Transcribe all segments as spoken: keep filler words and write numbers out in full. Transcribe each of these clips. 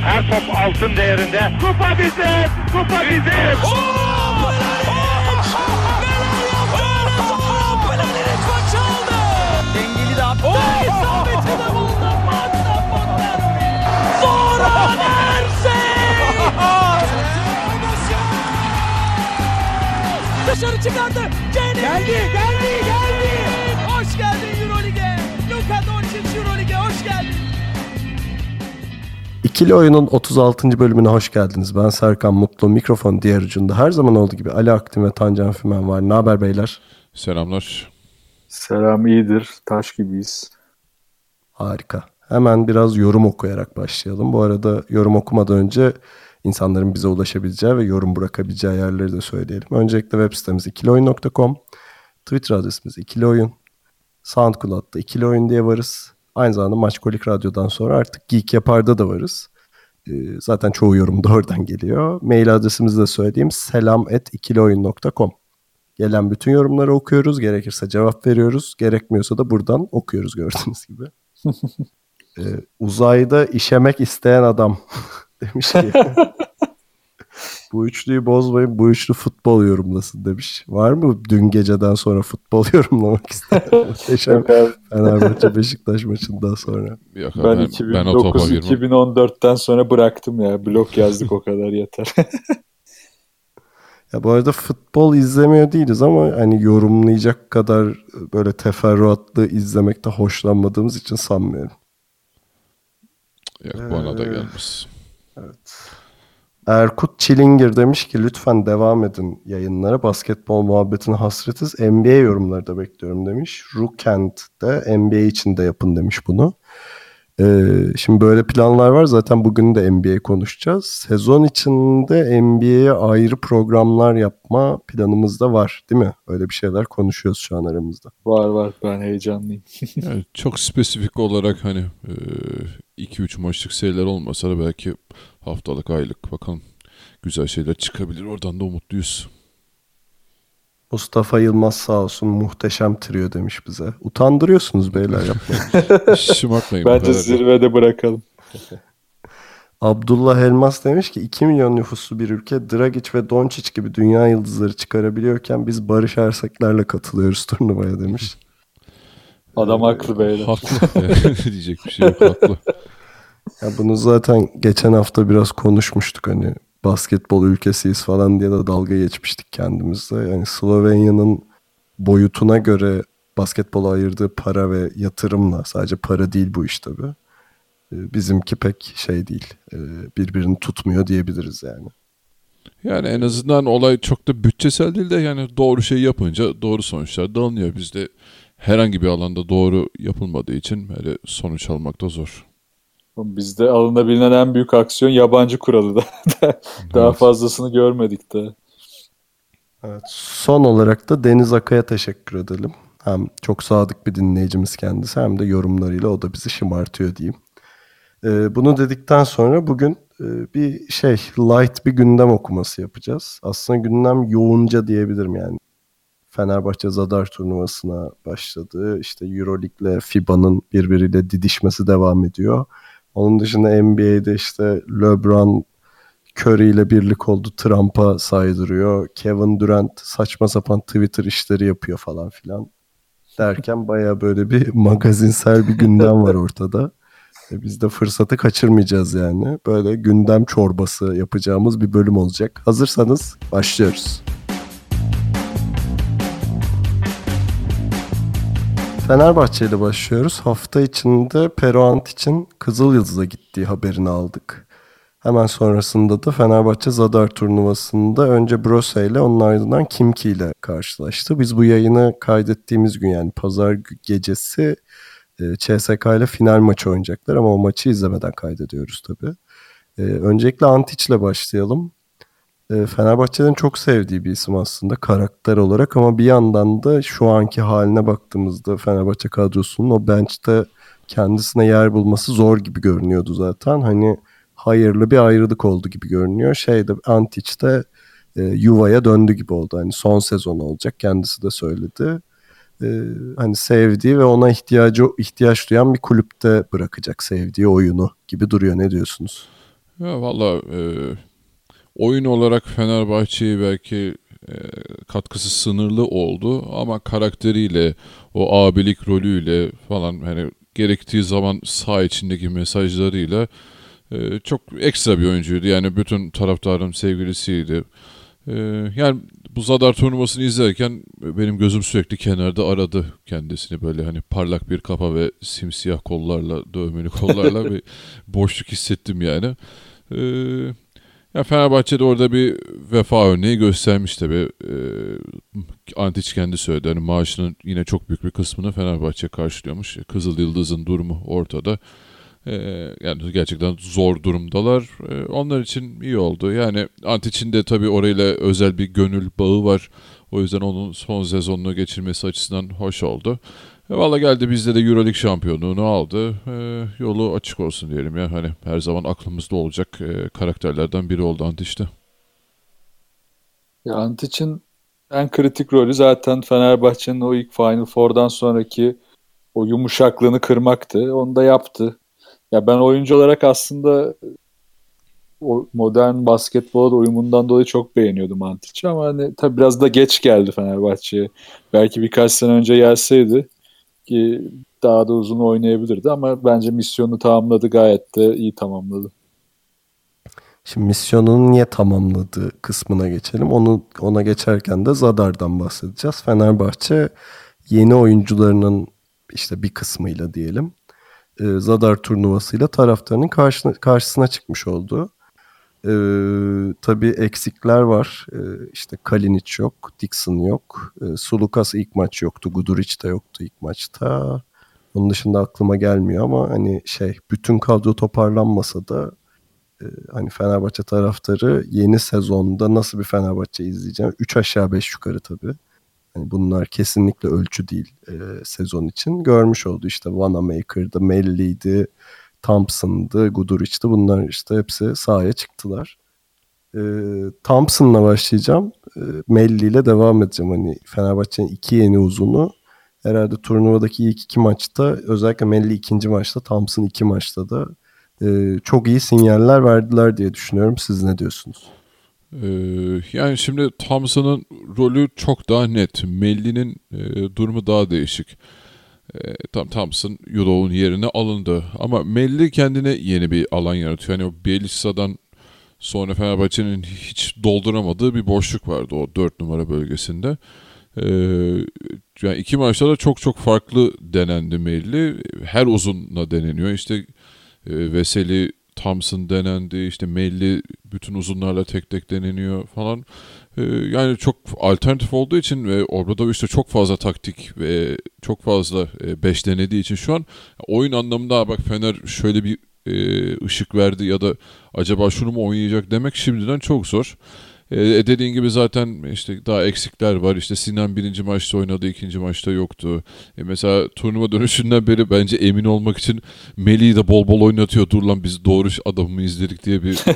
Her top altın değerinde. Kupa bizim, kupa bizim. Oh, Mladenovic maçı aldı. Dengeli de attı. İsabeti de buldu. Magna Fontaine. Zoran Ersin. Dışarı çıkardı. Geldi, geldi, geldi. Hoş geldin Euroleague'e. Luka Doncic Euroleague'e hoş geldin. İkili Oyun'un otuz altıncı bölümüne hoş geldiniz. Ben Serkan Mutlu. Mikrofon diğer ucunda her zaman olduğu gibi Ali Aktin ve Tancan Fümen var. Ne haber beyler? Selamlar. Selam, iyidir. Taş gibiyiz. Harika. Hemen biraz yorum okuyarak başlayalım. Bu arada yorum okumadan önce insanların bize ulaşabileceği ve yorum bırakabileceği yerleri de söyleyelim. Öncelikle web sitemiz ikili oyun nokta com, Twitter adresimiz ikili oyun, SoundCloud'da ikili oyun diye varız. Aynı zamanda Maçkolik Radyo'dan sonra artık Geek Yapar'da da varız. Ee, zaten çoğu yorum da oradan geliyor. Mail adresimizi de söyleyeyim. selam at ikili oyun nokta com. Gelen bütün yorumları okuyoruz. Gerekirse cevap veriyoruz. Gerekmiyorsa da buradan okuyoruz gördüğünüz gibi. ee, uzayda işemek isteyen adam demiş ki bu üçlüyü bozmayın, bu üçlü futbol yorumlasın demiş. Var mı dün geceden sonra futbol yorumlamak isteyen? Muhteşem Fenerbahçe Beşiktaş maçından sonra. Yok, Ben, ben, iki bin ben o topa dokuz iki bin on dörtten sonra bıraktım ya. Blok yazdık o kadar yeter. Ya bu arada futbol izlemiyor değiliz ama hani yorumlayacak kadar böyle teferruatlı izlemekte hoşlanmadığımız için sanmıyorum. Yok, bana da Ee, gelmez. Evet. Erkut Çilingir demiş ki lütfen devam edin yayınlara. Basketbol muhabbetine hasretiz. N B A yorumları da bekliyorum demiş. Rukent de N B A için de yapın demiş bunu. Ee, şimdi böyle planlar var. Zaten bugün de N B A konuşacağız. Sezon içinde N B A'ye ayrı programlar yapma planımız da var. Değil mi? Öyle bir şeyler konuşuyoruz şu an aramızda. Var var, ben heyecanlıyım. Yani çok spesifik olarak hani iki üç maçlık seriler olmasa da belki haftalık, aylık bakalım güzel şeyler çıkabilir. Oradan da umutluyuz. Mustafa Yılmaz sağ olsun muhteşem trio demiş bize. Utandırıyorsunuz beyler yapmayın. Şımartmayın. Bence zirvede bırakalım. Abdullah Elmas demiş ki iki milyon nüfuslu bir ülke Dragic ve Doncic gibi dünya yıldızları çıkarabiliyorken biz Barış Ersekler'le katılıyoruz turnuvaya demiş. Adam haklı beyler. Haklı. Yani diyecek bir şey yok, haklı. Ya bunu zaten geçen hafta biraz konuşmuştuk hani basketbol ülkesiyiz falan diye de dalga geçmiştik kendimizle. Yani Slovenya'nın boyutuna göre basketbola ayırdığı para ve yatırımla, sadece para değil bu iş tabii. Bizimki pek şey değil, birbirini tutmuyor diyebiliriz yani. Yani en azından olay çok da bütçesel değil de yani doğru şey yapınca doğru sonuçlar da alınıyor. Bizde herhangi bir alanda doğru yapılmadığı için böyle sonuç almak da zor. Bizde alınabilen en büyük aksiyon yabancı kuralı da. Daha Evet. fazlasını görmedik de. Evet, son olarak da Deniz Akay'a teşekkür edelim. Hem çok sadık bir dinleyicimiz kendisi hem de yorumlarıyla o da bizi şımartıyor diyeyim. Ee, bunu dedikten sonra bugün e, bir şey light bir gündem okuması yapacağız. Aslında gündem yoğunca diyebilirim yani. Fenerbahçe Zadar turnuvasına başladı. İşte Euroleague'le FIBA'nın birbiriyle didişmesi devam ediyor. Onun dışında N B A'de işte LeBron Curry ile birlik oldu. Trump'a saydırıyor. Kevin Durant saçma sapan Twitter işleri yapıyor falan filan. Derken baya böyle bir magazinsel bir gündem var ortada. E biz de fırsatı kaçırmayacağız yani. Böyle gündem çorbası yapacağımız bir bölüm olacak. Hazırsanız başlıyoruz. Fenerbahçe ile başlıyoruz. Hafta içinde Peruant için Kızılyıldız'a gittiği haberini aldık. Hemen sonrasında da Fenerbahçe Zadar turnuvasında önce Brose ile onun ardından Kimki ile karşılaştı. Biz bu yayını kaydettiğimiz gün yani pazar gecesi C S K ile final maçı oynayacaklar ama o maçı izlemeden kaydediyoruz tabii. Öncelikle Antic ile başlayalım. Fenerbahçe'nin çok sevdiği bir isim aslında karakter olarak ama bir yandan da şu anki haline baktığımızda Fenerbahçe kadrosunun o bench'te kendisine yer bulması zor gibi görünüyordu zaten. Hani hayırlı bir ayrılık oldu gibi görünüyor. Şeyde Antic'te e, yuvaya döndü gibi oldu. Hani son sezon olacak kendisi de söyledi. E, hani sevdiği ve ona ihtiyacı ihtiyaç duyan bir kulüpte bırakacak sevdiği oyunu gibi duruyor. Ne diyorsunuz? Ya valla e, oyun olarak Fenerbahçe'ye belki e, katkısı sınırlı oldu ama karakteriyle, o abilik rolüyle falan hani gerektiği zaman saha içindeki mesajlarıyla e, çok ekstra bir oyuncuydu. Yani bütün taraftarın sevgilisiydi. E, yani bu Zadar turnuvasını izlerken benim gözüm sürekli kenarda aradı kendisini, böyle hani parlak bir kafa ve simsiyah kollarla, dövmeli kollarla bir boşluk hissettim yani. Ee, ya Fenerbahçe'de orada bir vefa örneği göstermiş tabii. Ee, Antiç kendi söyledi. Yani maaşının yine çok büyük bir kısmını Fenerbahçe karşılıyormuş. Kızıl Yıldız'ın durumu ortada. Ee, yani gerçekten zor durumdalar. Ee, onlar için iyi oldu. Yani Antiç'in de tabii orayla özel bir gönül bağı var. O yüzden onun son sezonunu geçirmesi açısından hoş oldu. E, Valla geldi bizde de Euroleague şampiyonluğunu aldı. E, yolu açık olsun diyelim ya. Hani her zaman aklımızda olacak e, karakterlerden biri oldu Antiç'te. Ya Antic'in en kritik rolü zaten Fenerbahçe'nin o ilk Final Four'dan sonraki o yumuşaklığını kırmaktı. Onu da yaptı. Ya ben oyuncu olarak aslında o modern basketbola da uyumundan dolayı çok beğeniyordum Antic'i ama hani tabii biraz da geç geldi Fenerbahçe'ye. Belki birkaç sene önce gelseydi ki daha da uzun oynayabilirdi ama bence misyonunu tamamladı, gayet de iyi tamamladı. Şimdi misyonunu niye tamamladığı kısmına geçelim. Onu ona geçerken de Zadar'dan bahsedeceğiz. Fenerbahçe yeni oyuncularının işte bir kısmıyla diyelim e, Zadar turnuvasıyla taraftarının karşısına, karşısına çıkmış oldu. E, tabii eksikler var. E, işte Kalinic yok, Dixon yok. E, Sulukas ilk maç yoktu, Guduric de yoktu ilk maçta. Onun dışında aklıma gelmiyor ama hani şey bütün kadro toparlanmasa da e, hani Fenerbahçe taraftarı yeni sezonda nasıl bir Fenerbahçe izleyeceğim? Üç aşağı beş yukarı tabii. Yani bunlar kesinlikle ölçü değil e, sezon için. Görmüş oldu işte Wanamaker'dı, Melli'ydi, Thompson'dı, Guduric'ti. Bunlar işte hepsi sahaya çıktılar. E, Thompson'la başlayacağım. E, Melli ile devam edeceğim. Hani Fenerbahçe'nin iki yeni uzunu herhalde turnuvadaki ilk iki maçta, özellikle Melli ikinci maçta, Thompson iki maçta da e, çok iyi sinyaller verdiler diye düşünüyorum. Siz ne diyorsunuz? Ee, yani şimdi Thompson'ın rolü çok daha net. Melli'nin e, durumu daha değişik. E, tam Thompson Euro'nun yerine alındı. Ama Melli kendine yeni bir alan yaratıyor. Yani o Bielitsa'dan sonra Fenerbahçe'nin hiç dolduramadığı bir boşluk vardı o dört numara bölgesinde. Ee, yani iki maçta da çok çok farklı denendi Melli. Her uzunla deneniyor. İşte e, Veseli, Thompson denendi. İşte Melli bütün uzunlarla tek tek deneniyor falan. Ee, yani çok alternatif olduğu için ve orada işte çok fazla taktik ve çok fazla e, beş denediği için şu an oyun anlamında bak Fener şöyle bir e, ışık verdi ya da acaba şunu mu oynayacak demek şimdiden çok zor. E, dediğin gibi zaten işte daha eksikler var. İşte Sinan birinci maçta oynadı, ikinci maçta yoktu. E, mesela turnuva dönüşünden beri bence emin olmak için Melih'i de bol bol oynatıyor. Dur lan biz doğru adamımı izledik diye bir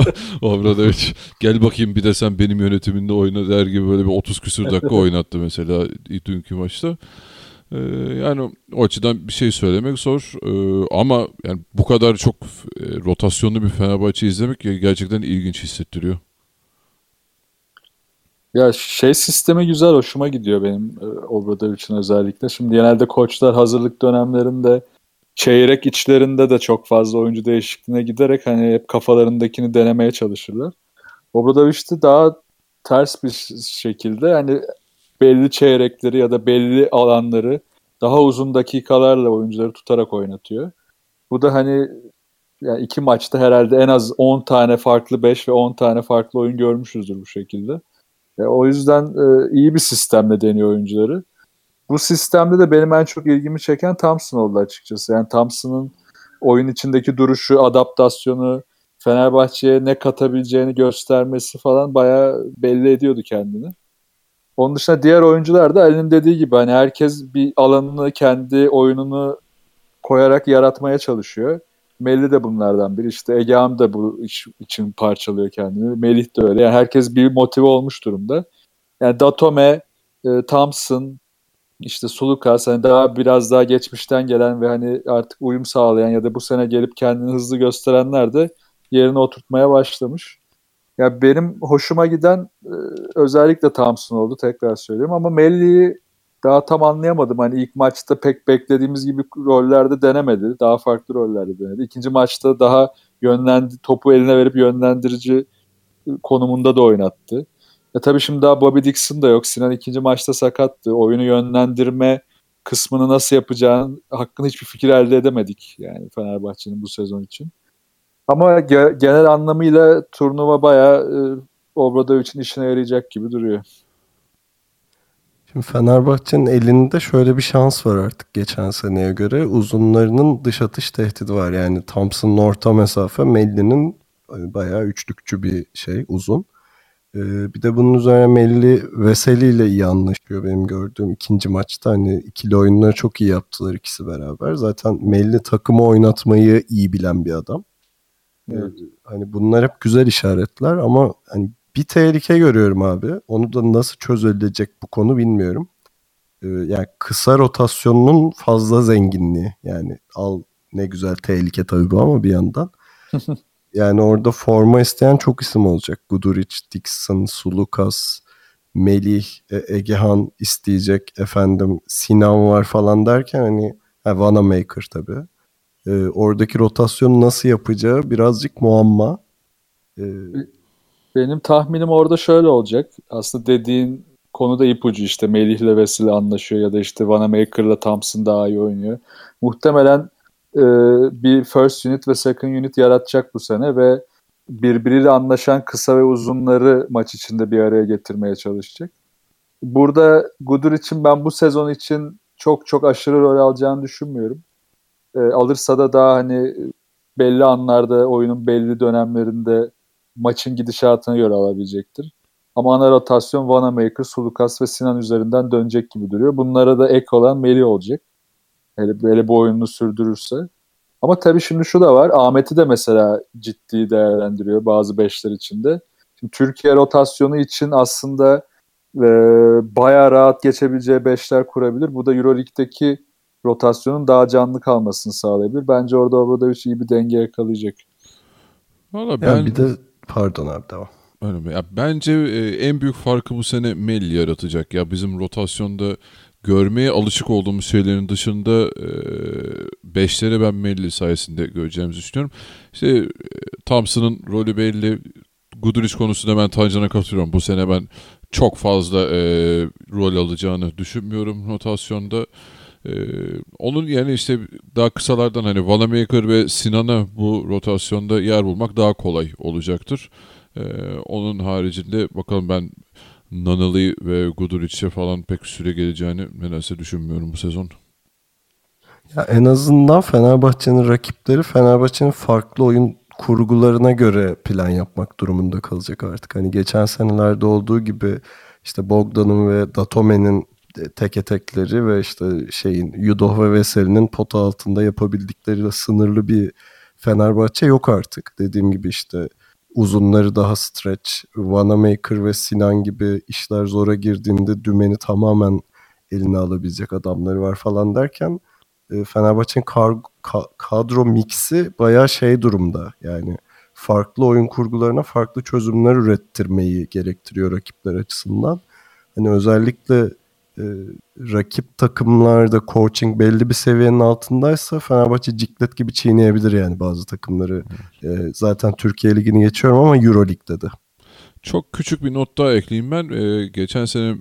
Obradoviç gel bakayım bir de sen benim yönetiminde oyna der gibi böyle bir otuz küsür dakika oynattı mesela dünkü maçta. Ee, yani o açıdan bir şey söylemek zor. Ee, ama yani bu kadar çok e, rotasyonlu bir Fenerbahçe izlemek gerçekten ilginç hissettiriyor. Ya şey sistemi güzel, hoşuma gidiyor benim e, Obradoviç'in özellikle. Şimdi genelde koçlar hazırlık dönemlerinde çeyrek içlerinde de çok fazla oyuncu değişikliğine giderek hani hep kafalarındakini denemeye çalışırlar. Obradoviç de daha ters bir şekilde yani belli çeyrekleri ya da belli alanları daha uzun dakikalarla oyuncuları tutarak oynatıyor. Bu da hani yani iki maçta herhalde en az on tane farklı beş ve on tane farklı oyun görmüşüzdür bu şekilde. E, o yüzden e, iyi bir sistemle deniyor oyuncuları. Bu sistemde de benim en çok ilgimi çeken Thompson oldu açıkçası. Yani Thompson'ın oyun içindeki duruşu, adaptasyonu, Fenerbahçe'ye ne katabileceğini göstermesi falan bayağı belli ediyordu kendini. Onun dışında diğer oyuncular da Ali'nin dediği gibi hani herkes bir alanını, kendi oyununu koyarak yaratmaya çalışıyor. Melih de bunlardan biri. İşte Egehan da bu iş için parçalıyor kendini. Melih de öyle. Yani herkes bir motive olmuş durumda. Yani Datome, e, Thompson, işte Sulukas hani daha biraz daha geçmişten gelen ve hani artık uyum sağlayan ya da bu sene gelip kendini hızlı gösterenler de yerine oturtmaya başlamış. Ya benim hoşuma giden e, özellikle Thompson oldu, tekrar söylüyorum, ama Melli'yi daha tam anlayamadım. Hani ilk maçta pek beklediğimiz gibi rollerde denemedi. Daha farklı rollerde denedi. İkinci maçta daha yönlendi, topu eline verip yönlendirici konumunda da oynattı. E tabii şimdi daha Bobby Dixon da yok. Sinan ikinci maçta sakattı. Oyunu yönlendirme kısmını nasıl yapacağını hakkında hiçbir fikir elde edemedik yani Fenerbahçe'nin bu sezon için. Ama ge- genel anlamıyla turnuva bayağı e, Obradovic'in işine yarayacak gibi duruyor. Şimdi Fenerbahçe'nin elinde şöyle bir şans var artık geçen seneye göre. Uzunlarının dış atış tehdidi var. Yani Thompson'ın orta mesafe, Melli'nin bayağı üçlükçü bir şey, uzun. Ee, bir de bunun üzerine Melli Veseli ile iyi anlaşıyor benim gördüğüm ikinci maçta. Hani ikili oyunları çok iyi yaptılar ikisi beraber. Zaten Melli takımı oynatmayı iyi bilen bir adam. Evet. Ee, hani bunlar hep güzel işaretler ama hani bir tehlike görüyorum abi. Onu da nasıl çözülecek bu konu bilmiyorum. Ee, yani kısa rotasyonunun fazla zenginliği. Yani al ne güzel tehlike tabii bu ama bir yandan. Yani orada forma isteyen çok isim olacak. Guduric, Dixon, Sulukas, Melih, Egehan isteyecek. Efendim Sinan var falan derken hani ha, Vanamaker tabii. Ee, oradaki rotasyonu nasıl yapacağı birazcık muamma. Ee, Benim tahminim orada şöyle olacak. Aslında dediğin konuda ipucu, işte Melih'le Veseli anlaşıyor ya da işte Vanamaker'la Thompson daha iyi oynuyor. Muhtemelen e, bir first unit ve second unit yaratacak bu sene ve birbiriyle anlaşan kısa ve uzunları maç içinde bir araya getirmeye çalışacak. Burada Guduric'in ben bu sezon için çok çok aşırı rol alacağını düşünmüyorum. E, alırsa da daha hani belli anlarda, oyunun belli dönemlerinde maçın gidişatına göre alabilecektir. Ama ana rotasyon Vanamaker, Sulukas ve Sinan üzerinden dönecek gibi duruyor. Bunlara da ek olan Melih olacak. Hele böyle bu oyununu sürdürürse. Ama tabii şimdi şu da var. Ahmet'i de mesela ciddi değerlendiriyor bazı beşler içinde. Şimdi Türkiye rotasyonu için aslında e, bayağı rahat geçebileceği beşler kurabilir. Bu da Euroleague'deki rotasyonun daha canlı kalmasını sağlayabilir. Bence orada Obradovic iyi bir denge yakalayacak. Valla ben... Yani bir de pardon abi devam. Öyle ya, bence e, en büyük farkı bu sene Melli yaratacak. Ya bizim rotasyonda görmeye alışık olduğumuz şeylerin dışında e, beşleri ben Melli sayesinde göreceğimizi düşünüyorum. İşte e, Thompson'ın rolü belli. Guduric konusunda ben Tancan'a katılıyorum. Bu sene ben çok fazla e, rol alacağını düşünmüyorum rotasyonda. Ee, onun yani işte daha kısalardan hani Vanamaker ve Sinan'a bu rotasyonda yer bulmak daha kolay olacaktır. Ee, onun haricinde bakalım, ben Nanalı ve Guduric'e falan pek süre geleceğini nedense düşünmüyorum bu sezon. Ya en azından Fenerbahçe'nin rakipleri Fenerbahçe'nin farklı oyun kurgularına göre plan yapmak durumunda kalacak artık. Hani geçen senelerde olduğu gibi işte Bogdan'ın ve Datome'nin teke tekleri ve işte şeyin Yudoh ve Veseli'nin pota altında yapabildikleriyle sınırlı bir Fenerbahçe yok artık. Dediğim gibi işte uzunları daha stretch, Vanamaker ve Sinan gibi işler zora girdiğinde dümeni tamamen eline alabilecek adamları var falan derken Fenerbahçe'nin kar, ka, kadro miksi bayağı şey durumda. Yani farklı oyun kurgularına farklı çözümler ürettirmeyi gerektiriyor rakipler açısından. Hani özellikle e, rakip takımlarda coaching belli bir seviyenin altındaysa Fenerbahçe ciklet gibi çiğneyebilir yani bazı takımları. E, zaten Türkiye Ligi'ni geçiyorum ama Euro Lig'de de. Çok küçük bir not daha ekleyeyim ben. E, geçen sene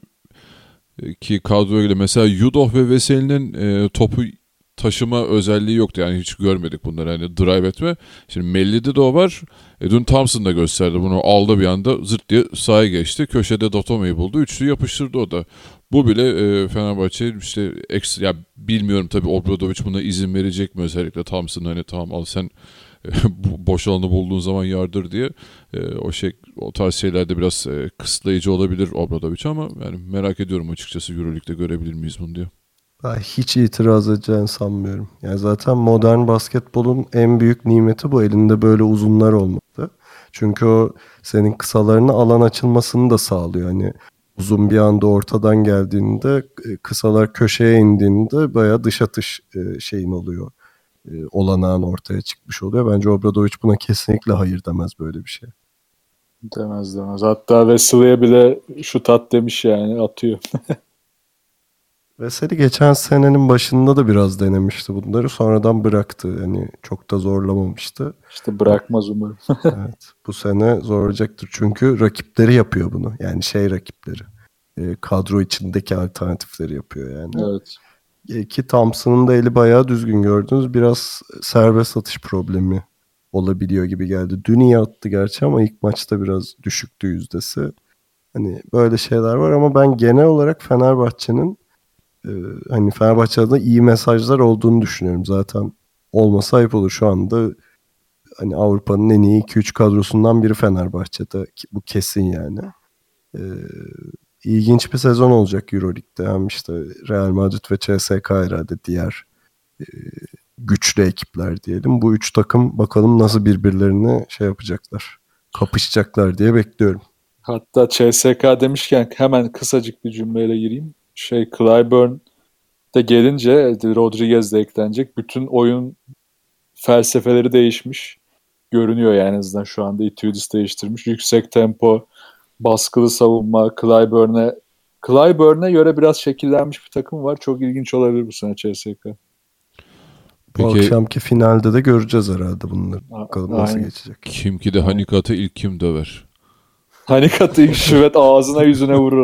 ki kadroya göre mesela Yudoh ve Veseli'nin e, topu taşıma özelliği yoktu. Yani hiç görmedik bunları. Hani drive etme. Şimdi Melli'de de o var. E, dün Thompson da gösterdi. Bunu aldı bir anda. Zırt diye sahaya geçti. Köşede Datome'yi buldu. Üçlü yapıştırdı o da. Bu bile e, Fenerbahçe işte ekstra, ya bilmiyorum tabii Obradovic buna izin verecek mi, özellikle Thompson hani tamam al sen e, boş alanı bulduğun zaman yardır diye e, o şey o tarz şeylerde biraz e, kısıtlayıcı olabilir Obradovic, ama yani merak ediyorum açıkçası Euroleague'de görebilir miyiz bunu diye. Ben hiç itiraz edeceğini sanmıyorum. Yani zaten modern basketbolun en büyük nimeti bu, elinde böyle uzunlar olması. Çünkü o senin kısalarına alan açılmasını da sağlıyor. Hani uzun bir anda ortadan geldiğinde, kısalar köşeye indiğinde bayağı dış atış şeyin oluyor. e, olanağın ortaya çıkmış oluyor. Bence Obradovic buna kesinlikle hayır demez böyle bir şey. Demez demez. Hatta Wesley'e bile şut at demiş yani, atıyor. Veseli geçen senenin başında da biraz denemişti bunları. Sonradan bıraktı. Yani çok da zorlamamıştı. İşte bırakmaz umarım. Evet, bu sene zorlayacaktır. Çünkü rakipleri yapıyor bunu. Yani şey rakipleri. E, kadro içindeki alternatifleri yapıyor yani. Evet. E, ki Thompson'ın da eli bayağı düzgün gördünüz. Biraz serbest atış problemi olabiliyor gibi geldi. Dün iyi attı gerçi ama ilk maçta biraz düşüktü yüzdesi. Hani böyle şeyler var ama ben genel olarak Fenerbahçe'nin e, hani Fenerbahçe'de iyi mesajlar olduğunu düşünüyorum. Zaten olmasa ayıp olur. Şu anda hani Avrupa'nın en iyi iki üç kadrosundan biri Fenerbahçe'de. Bu kesin yani. Ee, ilginç bir sezon olacak Euroleague'de. Hem işte Real Madrid ve C S K herhalde diğer e, güçlü ekipler diyelim. Bu üç takım bakalım nasıl birbirlerini şey yapacaklar. Kapışacaklar diye bekliyorum. Hatta C S K demişken hemen kısacık bir cümleyle gireyim. Şey, Clyburn de gelince Rodriguez de eklenecek. Bütün oyun felsefeleri değişmiş. Görünüyor yani, en azından şu anda Itudis değiştirmiş. Yüksek tempo, baskılı savunma, Clyburn'e Clyburn'e göre biraz şekillenmiş bir takım var. Çok ilginç olabilir bu sene C S K. Bu Peki, akşamki finalde de göreceğiz herhalde bunları. Bakalım nasıl Aynen. geçecek. kim ki de Hanikat'ı ilk kim döver? Hanikat'ı ilk şüvet ağzına yüzüne vurur.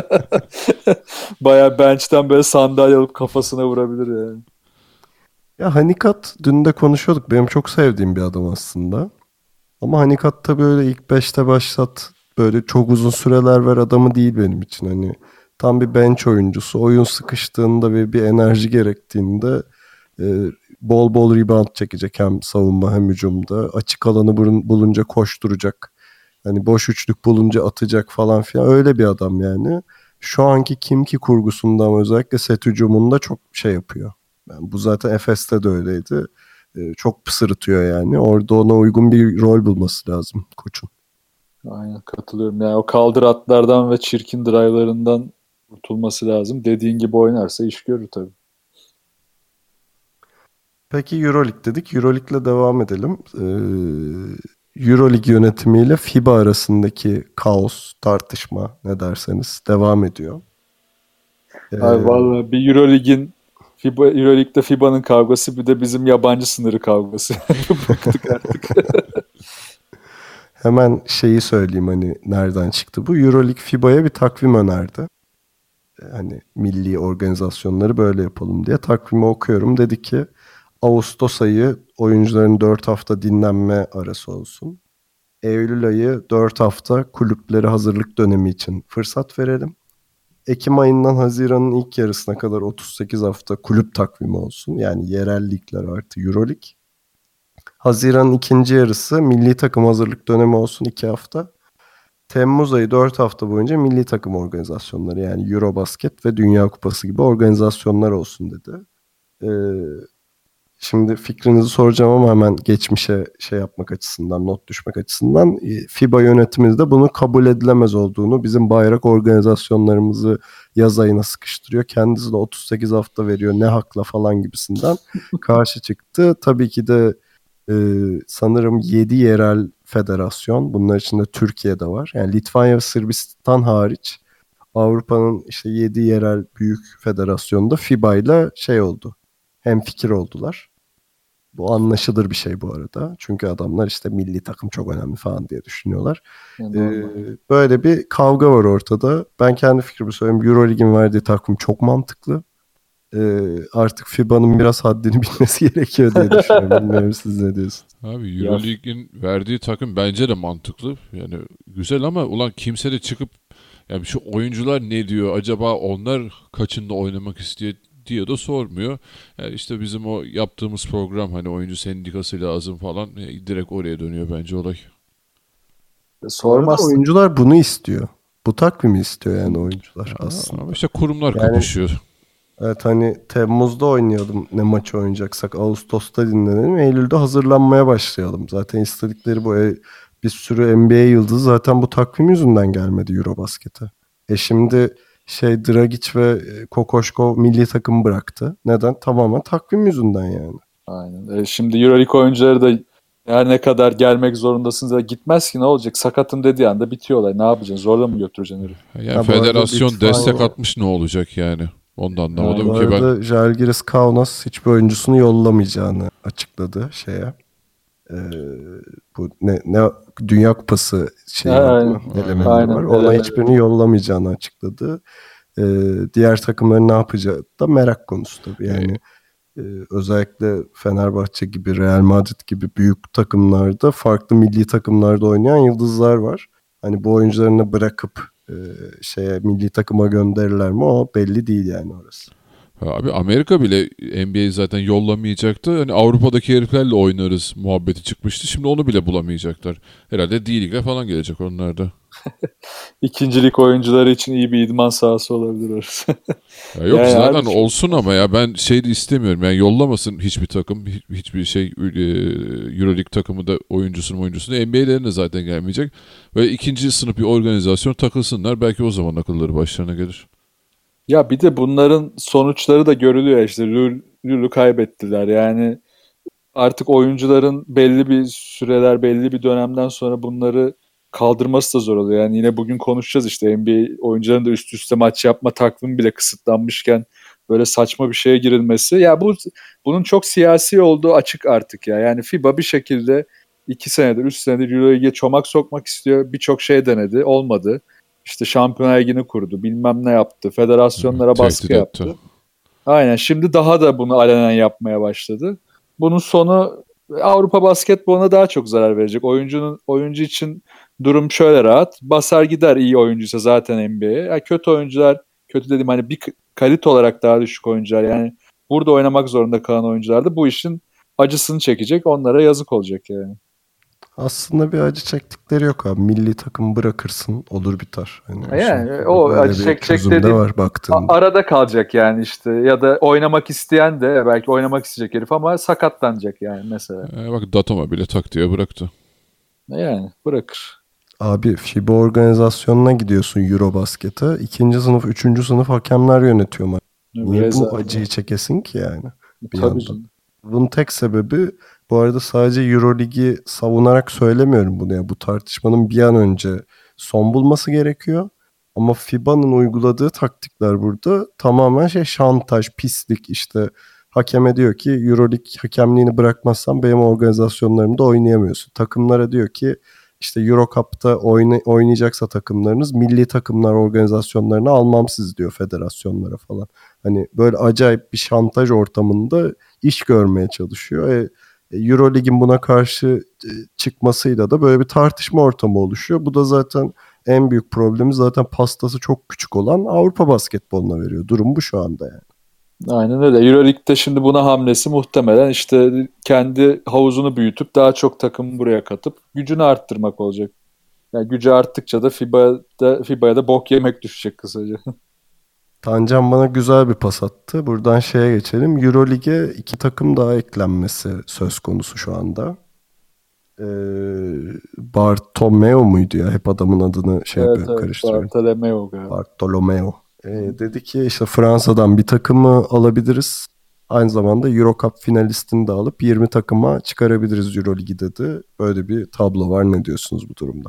Bayağı bench'ten böyle sandalye alıp kafasına vurabilir yani. Ya Hanikat dün de konuşuyorduk. Benim çok sevdiğim bir adam aslında. Ama Hanikat'ta böyle ilk beşte başlat, böyle çok uzun süreler ver adamı değil benim için. Hani tam bir bench oyuncusu. Oyun sıkıştığında ve bir enerji gerektiğinde e, bol bol rebound çekecek hem savunma hem hücumda. Açık alanı bulunca koşturacak. Hani boş üçlük bulunca atacak falan filan. Öyle bir adam yani. Şu anki Kimki kurgusunda ama özellikle set hücumunda çok şey yapıyor. Yani bu zaten Efes'te de öyleydi. Ee, çok pısırıtıyor yani. Orada ona uygun bir rol bulması lazım koçun. Aynen, katılıyorum. Yani o kaldır atlardan ve çirkin drive'larından kurtulması lazım. Dediğin gibi oynarsa iş görür tabii. Peki Euroleague dedik. Euroleague'le devam edelim. Ee, Euroleague yönetimiyle FIBA arasındaki kaos, tartışma ne derseniz devam ediyor. Ee, Abi vallahi bir Euroleague'in FIBA, Euroleague'de FIBA'nın kavgası, bir de bizim yabancı sınırı kavgası. Bıktık artık. Hemen şeyi söyleyeyim hani nereden çıktı bu. Euroleague FIBA'ya bir takvim önerdi. Hani milli organizasyonları böyle yapalım diye. Takvimi okuyorum. Dedi ki Ağustos ayı oyuncuların dört hafta dinlenme arası olsun. Eylül ayı dört hafta kulüpleri hazırlık dönemi için fırsat verelim. Ekim ayından Haziran'ın ilk yarısına kadar otuz sekiz hafta kulüp takvimi olsun. Yani yerel ligler artı Euroleague. Haziran'ın ikinci yarısı milli takım hazırlık dönemi olsun iki hafta. Temmuz ayı dört hafta boyunca milli takım organizasyonları yani Eurobasket ve Dünya Kupası gibi organizasyonlar olsun dedi. Ee, şimdi fikrinizi soracağım ama hemen geçmişe şey yapmak açısından, not düşmek açısından FIBA yönetimimiz de bunu kabul edilemez olduğunu, bizim bayrak organizasyonlarımızı yaz ayına sıkıştırıyor. Kendisi de otuz sekiz hafta veriyor ne hakla falan gibisinden karşı çıktı. Tabii ki de Ee, sanırım yedi yerel federasyon, bunlar içinde Türkiye'de var. Yani Litvanya ve Sırbistan hariç Avrupa'nın işte yedi yerel büyük federasyonunda FIBA ile şey oldu. Hemfikir oldular. Bu anlaşılır bir şey bu arada. Çünkü adamlar işte milli takım çok önemli falan diye düşünüyorlar. Yani ee, böyle bir kavga var ortada. Ben kendi fikrimi söyleyeyim. Euroleague'in verdiği takvim çok mantıklı. Ee, artık FIBA'nın biraz haddini bilmesi gerekiyor diye düşünüyorum. Bilmiyorum siz ne diyorsunuz? Abi Euroleague'in verdiği takım bence de mantıklı. Yani güzel ama ulan kimse de çıkıp yani şu oyuncular ne diyor acaba, onlar kaçında oynamak istiyor diye de sormuyor. Yani işte bizim o yaptığımız program hani oyuncu sendikası lazım falan, e, direkt oraya dönüyor bence olay. sormaz. Oyuncular bunu istiyor. Bu takvimi istiyor yani oyuncular aslında. Ama işte kurumlar Yani- kapışıyor. Evet hani Temmuz'da oynayalım ne maçı oynayacaksak. Ağustos'ta dinlenelim. Eylül'de hazırlanmaya başlayalım. Zaten istedikleri bu. E, bir sürü N B A yıldızı zaten bu takvim yüzünden gelmedi Eurobasket'e. E şimdi şey Dragic ve Kokoşkov milli takımı bıraktı. Neden? Tamamen takvim yüzünden yani. Aynen. E, şimdi Euroleague oyuncuları da her ne kadar gelmek zorundasınız da gitmez ki ne olacak? Sakatım dediği anda bitiyorlar. Ne yapacaksın? Zorla mı götüreceksin herif? Yani Ha, bu arada federasyon Litvanya- destek atmış, ne olacak yani? Ondan anlamadım Bu ki ben. arada Žalgiris Kaunas hiçbir oyuncusunu yollamayacağını açıkladı şeye. Ee, bu ne, ne Dünya Kupası şeyi Ha, var, aynen. değil mi? Elemeleri Aynen, var. Ona elemeleri. hiçbirini yollamayacağını açıkladı. Ee, diğer takımların ne yapacağı da merak konusu tabii. Yani e, özellikle Fenerbahçe gibi, Real Madrid gibi büyük takımlarda, farklı milli takımlarda oynayan yıldızlar var. Hani bu oyuncularını bırakıp e, şeye milli takıma gönderirler mi, o belli değil yani orası. Abi Amerika bile N B A'yi zaten yollamayacaktı. Hani Avrupa'daki heriflerle oynarız muhabbeti çıkmıştı. Şimdi onu bile bulamayacaklar. Herhalde D-League'e falan gelecek onlar da. İkincilik oyuncuları için iyi bir idman sahası olabilir orası. Ya yok Yani zaten abi- olsun ama ya ben şey de istemiyorum. Yani yollamasın hiçbir takım, hiç- hiçbir şey e, Euroleague takımı da oyuncusunu oyuncusunu. N B A'lerine zaten gelmeyecek. Ve ikinci sınıf bir organizasyon takılsınlar. Belki o zaman akılları başlarına gelir. Ya bir de bunların sonuçları da görülüyor işte. Lul- Lul'u kaybettiler. Yani artık oyuncuların belli bir süreler, belli bir dönemden sonra bunları kaldırması da zor oluyor. Yani yine bugün konuşacağız işte N B A oyuncuların da üst üste maç yapma takvimi bile kısıtlanmışken böyle saçma bir şeye girilmesi. Ya bu bunun çok siyasi olduğu açık artık ya. Yani FIBA bir şekilde iki senedir, üç senedir Euroleague'e çomak sokmak istiyor. Birçok şey denedi, olmadı. İşte Şampiyonlar Ligi'ni kurdu, bilmem ne yaptı, federasyonlara baskı Tehdit yaptı. etti. Aynen, şimdi daha da bunu alenen yapmaya başladı. Bunun sonu Avrupa basketboluna daha çok zarar verecek. Oyuncunun oyuncu için durum şöyle rahat. Basar gider iyi oyuncuysa zaten N B A'ye. Yani kötü oyuncular, kötü dediğim hani bir k- kalite olarak daha düşük oyuncular, yani burada oynamak zorunda kalan oyuncular da bu işin acısını çekecek. Onlara yazık olacak yani. Aslında bir acı çektikleri yok abi. Milli takım bırakırsın, olur biter. Hani Yani şey, o böyle acı bir çekecek çözüm de dediğim- var baktığında. A- arada kalacak yani işte, ya da oynamak isteyen de belki oynamak isteyecek herif ama sakatlanacak yani mesela. E, bak Datama bile tak diye bıraktı. Yani bırakır. Abi FIBA organizasyonuna gidiyorsun Eurobasket'e. İkinci sınıf, üçüncü sınıf hakemler yönetiyor maçı. Niye Reza- bu acıyı çekesin ki yani? Bir Tabii yandan. canım. Bunun tek sebebi, bu arada sadece Euroligi savunarak söylemiyorum bunu ya. Bu tartışmanın bir an önce son bulması gerekiyor. Ama FIBA'nın uyguladığı taktikler burada tamamen şey, şantaj, pislik. İşte hakeme diyor ki Euroleague hakemliğini bırakmazsan benim organizasyonlarımda oynayamıyorsun. Takımlara diyor ki işte Euro Cup'ta oyna- oynayacaksa takımlarınız milli takımlar organizasyonlarını almam siz diyor federasyonlara falan. Hani böyle acayip bir şantaj ortamında iş görmeye çalışıyor. E, Eurolig'in buna karşı e, çıkmasıyla da böyle bir tartışma ortamı oluşuyor. Bu da zaten en büyük problemi, zaten pastası çok küçük olan Avrupa basketboluna veriyor. Durum bu şu anda yani. Aynen öyle. Euroleague'de şimdi buna hamlesi muhtemelen işte kendi havuzunu büyütüp daha çok takım buraya katıp gücünü arttırmak olacak. Yani gücü arttıkça da FIBA'da FIBA'ya da bok yemek düşecek kısaca. Tancan bana güzel bir pas attı. Buradan şeye geçelim. Eurolig'e iki takım daha eklenmesi söz konusu şu anda. Ee, Bartomeu muydu ya? Hep adamın adını şey Evet, yapıyorum, evet. karıştırıyorum. Bartolomeo galiba. Bartolomeo. Ee, dedi ki işte Fransa'dan bir takımı alabiliriz. Aynı zamanda Euro Cup finalistini de alıp yirmi takıma çıkarabiliriz Euroligi dedi. Böyle bir tablo var. Ne diyorsunuz bu durumda?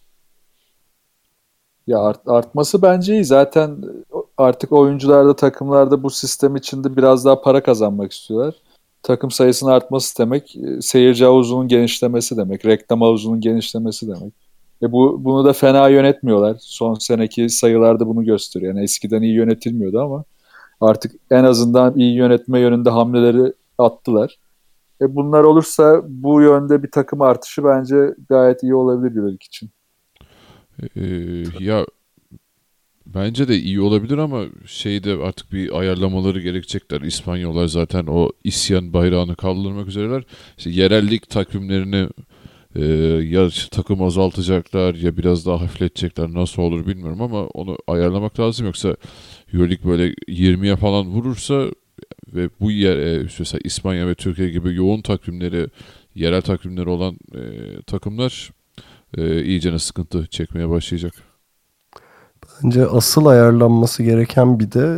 Ya art- artması bence iyi. Zaten artık oyuncular da takımlar da bu sistem içinde biraz daha para kazanmak istiyorlar. Takım sayısının artması demek e, seyirci havuzunun genişlemesi demek, reklam havuzunun genişlemesi demek. E bu bunu da fena yönetmiyorlar. Son seneki sayılarda bunu gösteriyor. Yani eskiden iyi yönetilmiyordu ama artık en azından iyi yönetme yönünde hamleleri attılar. E bunlar olursa bu yönde bir takım artışı bence gayet iyi olabilir Euroleague için. Ee, ya bence de iyi olabilir ama şeyde artık bir ayarlamaları gerekecekler. İspanyollar zaten o isyan bayrağını kaldırmak üzereler. İşte yerellik takvimlerini e, ya takım azaltacaklar ya biraz daha hafifletecekler. Nasıl olur bilmiyorum ama onu ayarlamak lazım. Yoksa Euroleague böyle yirmiye falan vurursa ve bu yer, e, mesela İspanya ve Türkiye gibi yoğun takvimleri, yerel takvimleri olan e, takımlar e, iyicene sıkıntı çekmeye başlayacak. Bence asıl ayarlanması gereken bir de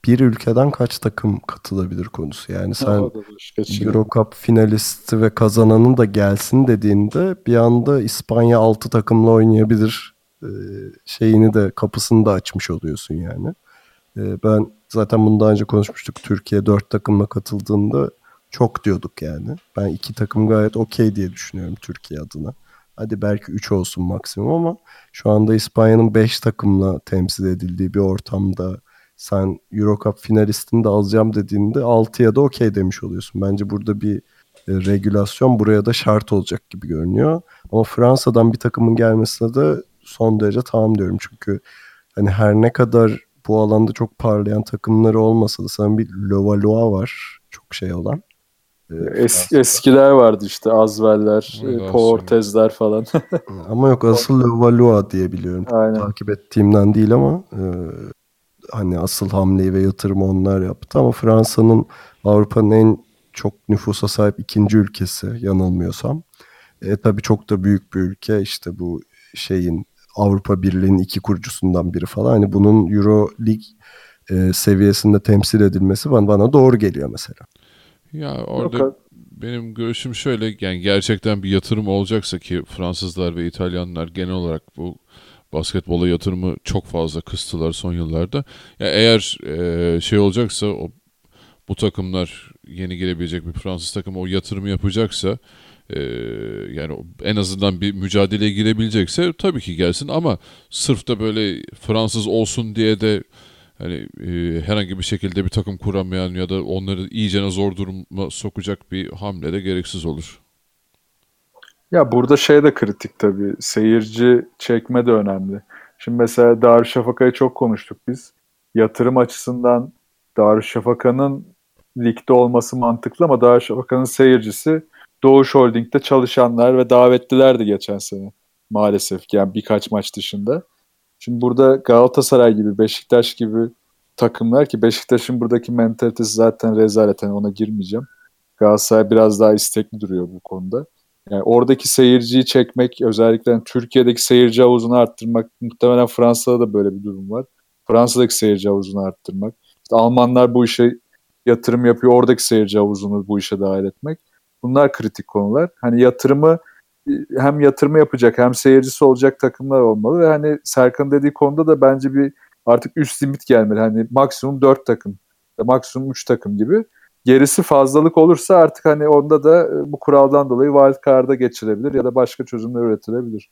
bir ülkeden kaç takım katılabilir konusu. Yani sen O da başka şey. Euro Cup finalisti ve kazananın da gelsin dediğinde bir anda İspanya altı takımla oynayabilir e, şeyini de kapısını da açmış oluyorsun yani. E, ben zaten bunu daha önce konuşmuştuk. Türkiye dört takımla katıldığında çok diyorduk yani. Ben iki takım gayet okey diye düşünüyorum Türkiye adına. Hadi belki üç olsun maksimum ama şu anda İspanya'nın beş takımla temsil edildiği bir ortamda sen Euro Cup finalistini de alacağım dediğinde altıya da okey demiş oluyorsun. Bence burada bir e, regülasyon buraya da şart olacak gibi görünüyor. Ama Fransa'dan bir takımın gelmesine de son derece tamam diyorum. Çünkü hani her ne kadar bu alanda çok parlayan takımları olmasa da sana bir Levallois var. Çok şey olan. E, Eski, eskiler vardı işte Azverler, Evet, Portezler falan. Ama yok asıl Levallois diye biliyorum. Aynen. Takip ettiğimden değil ama e, hani asıl hamleyi ve yatırımı onlar yaptı. Ama Fransa'nın Avrupa'nın en çok nüfusa sahip ikinci ülkesi yanılmıyorsam. E, tabii çok da büyük bir ülke. İşte bu şeyin Avrupa Birliği'nin iki kurucusundan biri falan. Hani bunun Euro Lig e, seviyesinde temsil edilmesi bana, bana doğru geliyor mesela. Ya orada Yok, benim görüşüm şöyle, yani gerçekten bir yatırım olacaksa, ki Fransızlar ve İtalyanlar genel olarak bu basketbola yatırımı çok fazla kıstılar son yıllarda. Ya eğer e, şey olacaksa, o bu takımlar, yeni gelebilecek bir Fransız takımı o yatırımı yapacaksa, e, yani en azından bir mücadeleye girebilecekse tabii ki gelsin, ama sırf da böyle Fransız olsun diye de hani e, herhangi bir şekilde bir takım kuramayan ya da onları iyicene zor duruma sokacak bir hamle de gereksiz olur. Ya burada şey de kritik tabii. Seyirci çekme de önemli. Şimdi mesela Darüşşafaka'yı çok konuştuk biz. Yatırım açısından Darüşşafaka'nın ligde olması mantıklı ama Darüşşafaka'nın seyircisi Doğuş Holding'de çalışanlar ve davetlilerdi geçen sene. Maalesef ki, yani birkaç maç dışında. Şimdi burada Galatasaray gibi, Beşiktaş gibi takımlar, ki Beşiktaş'ın buradaki mentalitesi zaten rezalet. Yani ona girmeyeceğim. Galatasaray biraz daha istekli duruyor bu konuda. Yani oradaki seyirciyi çekmek, özellikle yani Türkiye'deki seyirci havuzunu arttırmak, muhtemelen Fransa'da da böyle bir durum var. Fransa'daki seyirci havuzunu arttırmak. İşte Almanlar bu işe yatırım yapıyor, oradaki seyirci havuzunu bu işe dahil etmek. Bunlar kritik konular. Hani yatırımı hem yatırımı yapacak hem seyircisi olacak takımlar olmalı ve hani Serkan dediği konuda da bence bir artık üst limit gelmeli. Hani maksimum dört takım, maksimum üç takım gibi. Gerisi fazlalık olursa artık hani onda da bu kuraldan dolayı wild card'a geçilebilir ya da başka çözümler üretilebilir.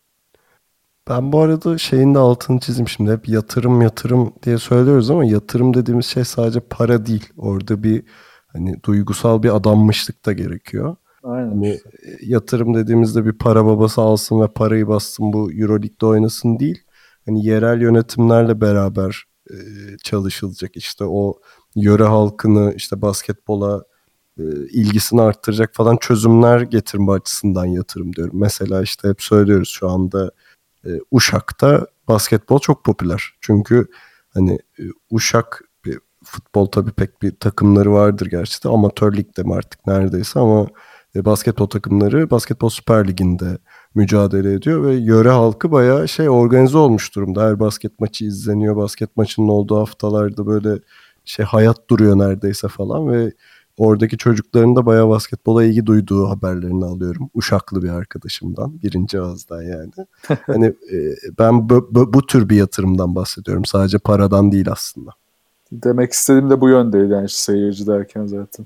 Ben bu arada şeyin de altını çizeyim şimdi. Hep yatırım yatırım diye söylüyoruz ama yatırım dediğimiz şey sadece para değil. Orada bir hani duygusal bir adanmışlık da gerekiyor. Aynen. Hani işte. yatırım dediğimizde bir para babası alsın ve parayı bassın, bu Euroleague'de oynasın değil. Hani yerel yönetimlerle beraber e, çalışılacak. İşte o yöre halkını işte basketbola e, ilgisini arttıracak falan çözümler getirme açısından yatırım diyorum. Mesela işte hep söylüyoruz şu anda e, Uşak'ta basketbol çok popüler. Çünkü hani e, Uşak bir, futbol tabii pek bir takımları vardır gerçi de amatör ligde mi artık neredeyse, ama e, basketbol takımları Basketbol Süper Ligi'nde mücadele ediyor ve yöre halkı bayağı şey organize olmuş durumda. Her basket maçı izleniyor. Basket maçının olduğu haftalarda böyle şey hayat duruyor neredeyse falan ve oradaki çocukların da bayağı basketbola ilgi duyduğu haberlerini alıyorum. Uşaklı bir arkadaşımdan, birinci ağızdan yani. Hani e, ben bu, bu, bu tür bir yatırımdan bahsediyorum. Sadece paradan değil aslında. Demek istediğim de bu yöndeydi yani seyirci derken zaten.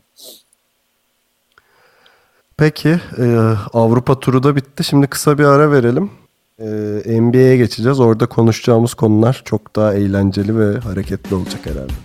Peki e, Avrupa turu da bitti. Şimdi kısa bir ara verelim. E, N B A'ye geçeceğiz. Orada konuşacağımız konular çok daha eğlenceli ve hareketli olacak herhalde.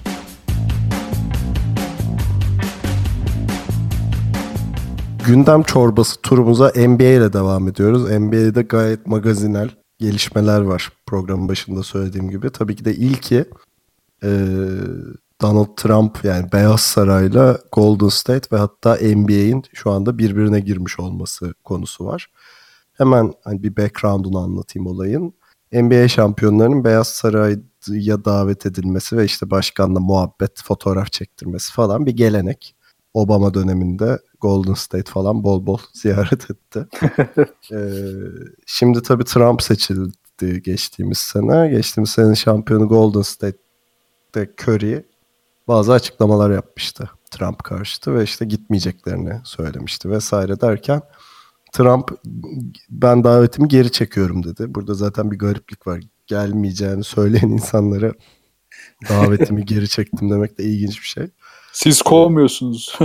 Gündem çorbası turumuza N B A ile devam ediyoruz. N B A'de gayet magazinel gelişmeler var programın başında söylediğim gibi. Tabii ki de ilki e, Donald Trump, yani Beyaz Saray'la Golden State ve hatta N B A'in şu anda birbirine girmiş olması konusu var. Hemen hani bir background'unu anlatayım olayın. N B A şampiyonlarının Beyaz Saray'a davet edilmesi ve işte başkanla muhabbet, fotoğraf çektirmesi falan bir gelenek. Obama döneminde Golden State falan bol bol ziyaret etti. ee, şimdi tabii Trump seçildi geçtiğimiz sene. Geçtiğimiz senenin şampiyonu Golden State'de Curry bazı açıklamalar yapmıştı Trump karşıtı ve işte gitmeyeceklerini söylemişti vesaire derken Trump ben davetimi geri çekiyorum dedi. Burada zaten bir gariplik var. Gelmeyeceğini söyleyen insanlara davetimi geri çektim demek de ilginç bir şey. Siz kovmuyorsunuz.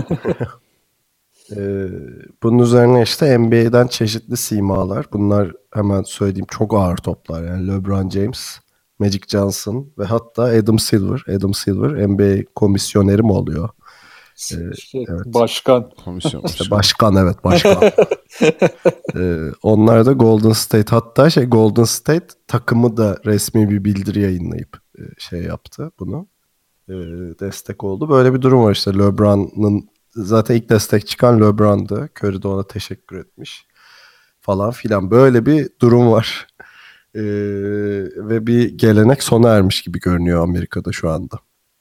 Ee, bunun üzerine işte N B A'den çeşitli simalar. Bunlar hemen söyleyeyim çok ağır toplar. Yani LeBron James, Magic Johnson ve hatta Adam Silver. Adam Silver N B A komisyoneri mi oluyor? Şey, evet. Başkan. Komisyon. İşte başkan evet başkan. ee, onlar da Golden State hatta şey Golden State takımı da resmi bir bildiri yayınlayıp e, şey yaptı bunu. E, destek oldu. Böyle bir durum var işte LeBron'un zaten ilk destek çıkan LeBron'dı. Curry de ona teşekkür etmiş falan filan. Böyle bir durum var. Ee, ve bir gelenek sona ermiş gibi görünüyor Amerika'da şu anda.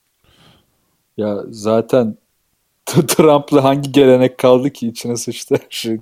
Ya zaten Trump'la hangi gelenek kaldı ki içine sıçtı her şey.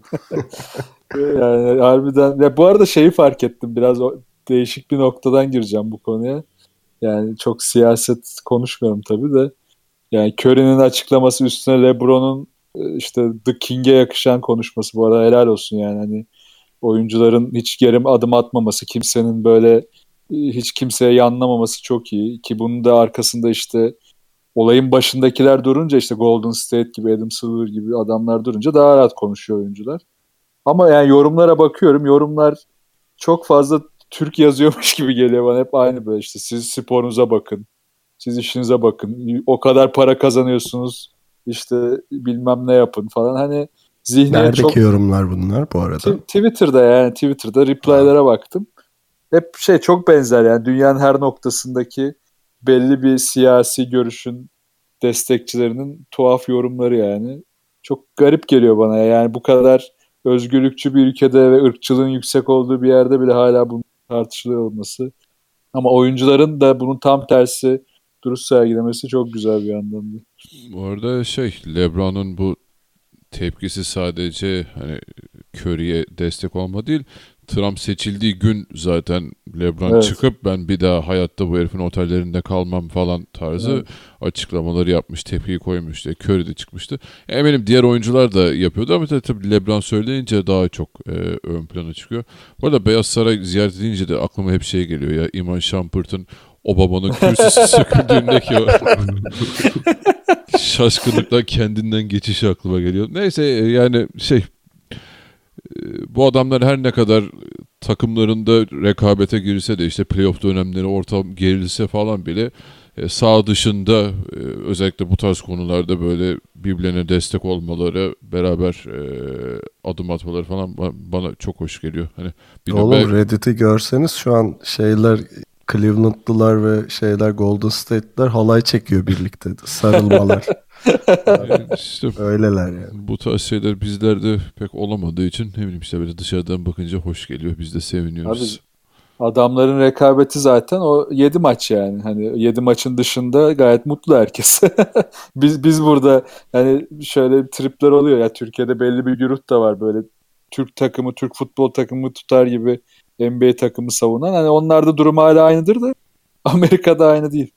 Yani harbiden. Ya bu arada şeyi fark ettim. Biraz değişik bir noktadan gireceğim bu konuya. Yani çok siyaset konuşmuyorum tabii de. Yani Curry'nin açıklaması üstüne LeBron'un işte The King'e yakışan konuşması, bu arada helal olsun yani hani oyuncuların hiç geri adım atmaması, kimsenin böyle hiç kimseye yanlamaması çok iyi ki bunun da arkasında işte olayın başındakiler durunca işte Golden State gibi, Adam Silver gibi adamlar durunca daha rahat konuşuyor oyuncular. Ama yani yorumlara bakıyorum, yorumlar çok fazla Türk yazıyormuş gibi geliyor bana, hep aynı böyle işte siz sporunuza bakın. Siz işinize bakın. O kadar para kazanıyorsunuz. İşte bilmem ne yapın falan. Hani zihni Neredeki çok... yorumlar bunlar bu arada? T- Twitter'da yani Twitter'da reply'lara baktım. Hep şey çok benzer yani dünyanın her noktasındaki belli bir siyasi görüşün destekçilerinin tuhaf yorumları yani. Çok garip geliyor bana yani bu kadar özgürlükçü bir ülkede ve ırkçılığın yüksek olduğu bir yerde bile hala bunun tartışılıyor olması. Ama oyuncuların da bunun tam tersi duruş sergilemesi çok güzel bir yandan da. Bu arada şey LeBron'un bu tepkisi sadece hani Curry'e destek olma değil. Trump seçildiği gün zaten LeBron evet. çıkıp ben bir daha hayatta bu herifin otellerinde kalmam falan tarzı evet. açıklamaları yapmış, tepkiyi koymuş. Curry de çıkmıştı. Eminim diğer oyuncular da yapıyordu ama tabii LeBron söyleyince daha çok e, ön plana çıkıyor. Bu arada Beyaz Saray ziyaret edince de aklıma hep şey geliyor ya, Iman Shumpert'ın Obama'nın kürsüsü söküldüğündeki o şaşkınlıkla kendinden geçişi aklıma geliyor. Neyse yani şey bu adamlar her ne kadar takımlarında rekabete girse de işte playoff dönemleri ortam gerilse falan bile sağ dışında özellikle bu tarz konularda böyle birbirlerine destek olmaları, beraber adım atmaları falan bana çok hoş geliyor. Hani oğlum ben... Reddit'i görseniz şu an şeyler Cleveland'lılar ve şeyler Golden State'ler halay çekiyor birlikte. Sarılmalar. Yani işte öyleler yani. Bu tarz şeyler bizlerde pek olamadığı için ne bileyim işte böyle dışarıdan bakınca hoş geliyor. Biz de seviniyoruz. Abi, adamların rekabeti zaten o yedi maç yani. Hani yedi maçın dışında gayet mutlu herkes. biz biz burada hani şöyle tripler oluyor ya, Türkiye'de belli bir güruh da var böyle Türk takımı, Türk futbol takımı tutar gibi N B A takımı savunan. Hani onlarda durum hala aynıdır da Amerika'da aynı değil.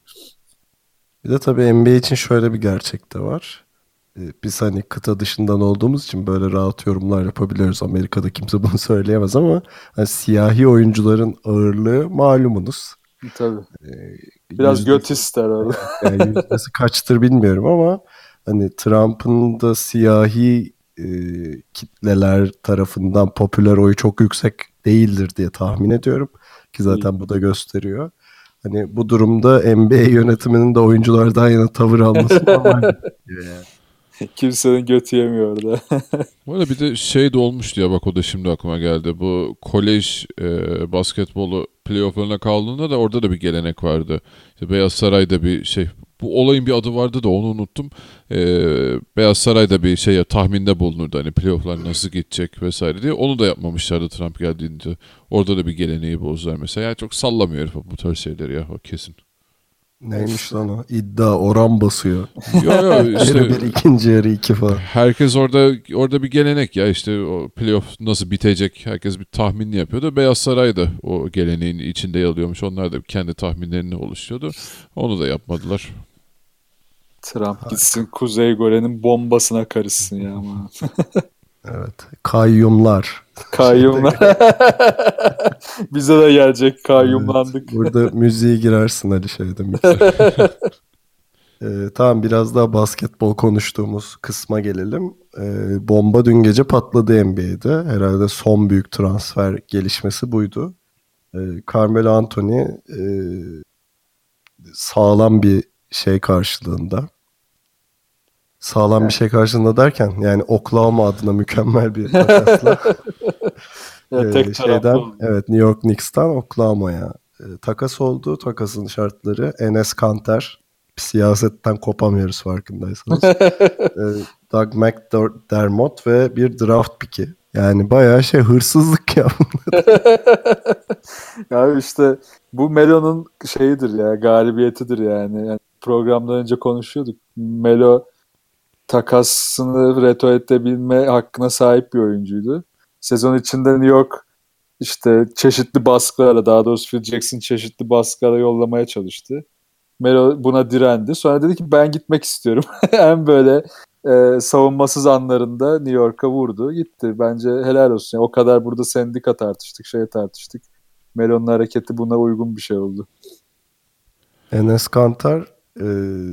Bir de tabii N B A için şöyle bir gerçek de var. Biz hani kıta dışından olduğumuz için böyle rahat yorumlar yapabiliyoruz. Amerika'da kimse bunu söyleyemez ama hani siyahi oyuncuların ağırlığı malumunuz. Tabii. Ee, Biraz yüzdesi, göt ister orada. Yani yüzdesi kaçtır bilmiyorum ama hani Trump'ın da siyahi e, kitleler tarafından popüler oyu çok yüksek değildir diye tahmin ediyorum. Ki zaten İyi. Bu da gösteriyor. Hani bu durumda N B A yönetiminin de oyunculardan yana tavır alması normal yani. Kimsenin götü yemiyor orada. Böyle bir de şey de olmuştu ya, bak o da şimdi aklıma geldi. Bu kolej e, basketbolu playofflarına kaldığında da orada da bir gelenek vardı. İşte Beyaz Saray'da bir şey, bu olayın bir adı vardı da onu unuttum. E, Beyaz Saray'da bir şey tahminde bulunurdu hani playofflar nasıl gidecek vesaire diye. Onu da yapmamışlardı Trump geldiğinde. Orada da bir geleneği bozdular mesela. Yani çok sallamıyor bu tarz şeyleri ya, o kesin. Neymiş lan o? İddia, oran basıyor. Yo yo işte. Yarı bir, ikinci yarı iki falan. Herkes orada orada bir gelenek ya, işte o playoff nasıl bitecek herkes bir tahminini yapıyordu. Beyaz Saray da o geleneğin içinde yer alıyormuş. Onlar da kendi tahminlerini oluşturuyordu. Onu da yapmadılar. Trump Harika. Gitsin Kuzey Kore'nin bombasına karışsın ya ama. Evet. Kayyumlar. Kayyumlar. Bize de gelecek. Kayyumlandık. Evet, burada müziğe girersin Ali şeyde. ee, tamam biraz daha basketbol konuştuğumuz kısma gelelim. Ee, bomba dün gece patladı N B A'de. Herhalde son büyük transfer gelişmesi buydu. Ee, Carmelo Anthony e, sağlam bir şey karşılığında. Sağlam evet. bir şey karşılığında derken yani Oklahoma adına mükemmel bir takasla ya, tek şeyden evet New York Knicks'tan Oklahoma'ya e, takas oldu. Takasın şartları Enes Kanter, siyasetten kopamıyoruz farkındaysanız. e, Doug McDermott ve bir draft pick'i. Yani bayağı şey hırsızlık ya. Ya işte bu Melo'nun şeyidir ya, galibiyetidir yani. yani programdan önce konuşuyorduk. Melo takasını reto edebilme hakkına sahip bir oyuncuydu. Sezon içinde New York işte çeşitli baskılarla, daha doğrusu Phil Jackson çeşitli baskılarla yollamaya çalıştı. Melo buna direndi. Sonra dedi ki ben gitmek istiyorum. En böyle e, savunmasız anlarında New York'a vurdu. Gitti. Bence helal olsun. Yani o kadar burada sendika tartıştık, şey tartıştık. Melo'nun hareketi buna uygun bir şey oldu. Enes Kanter e,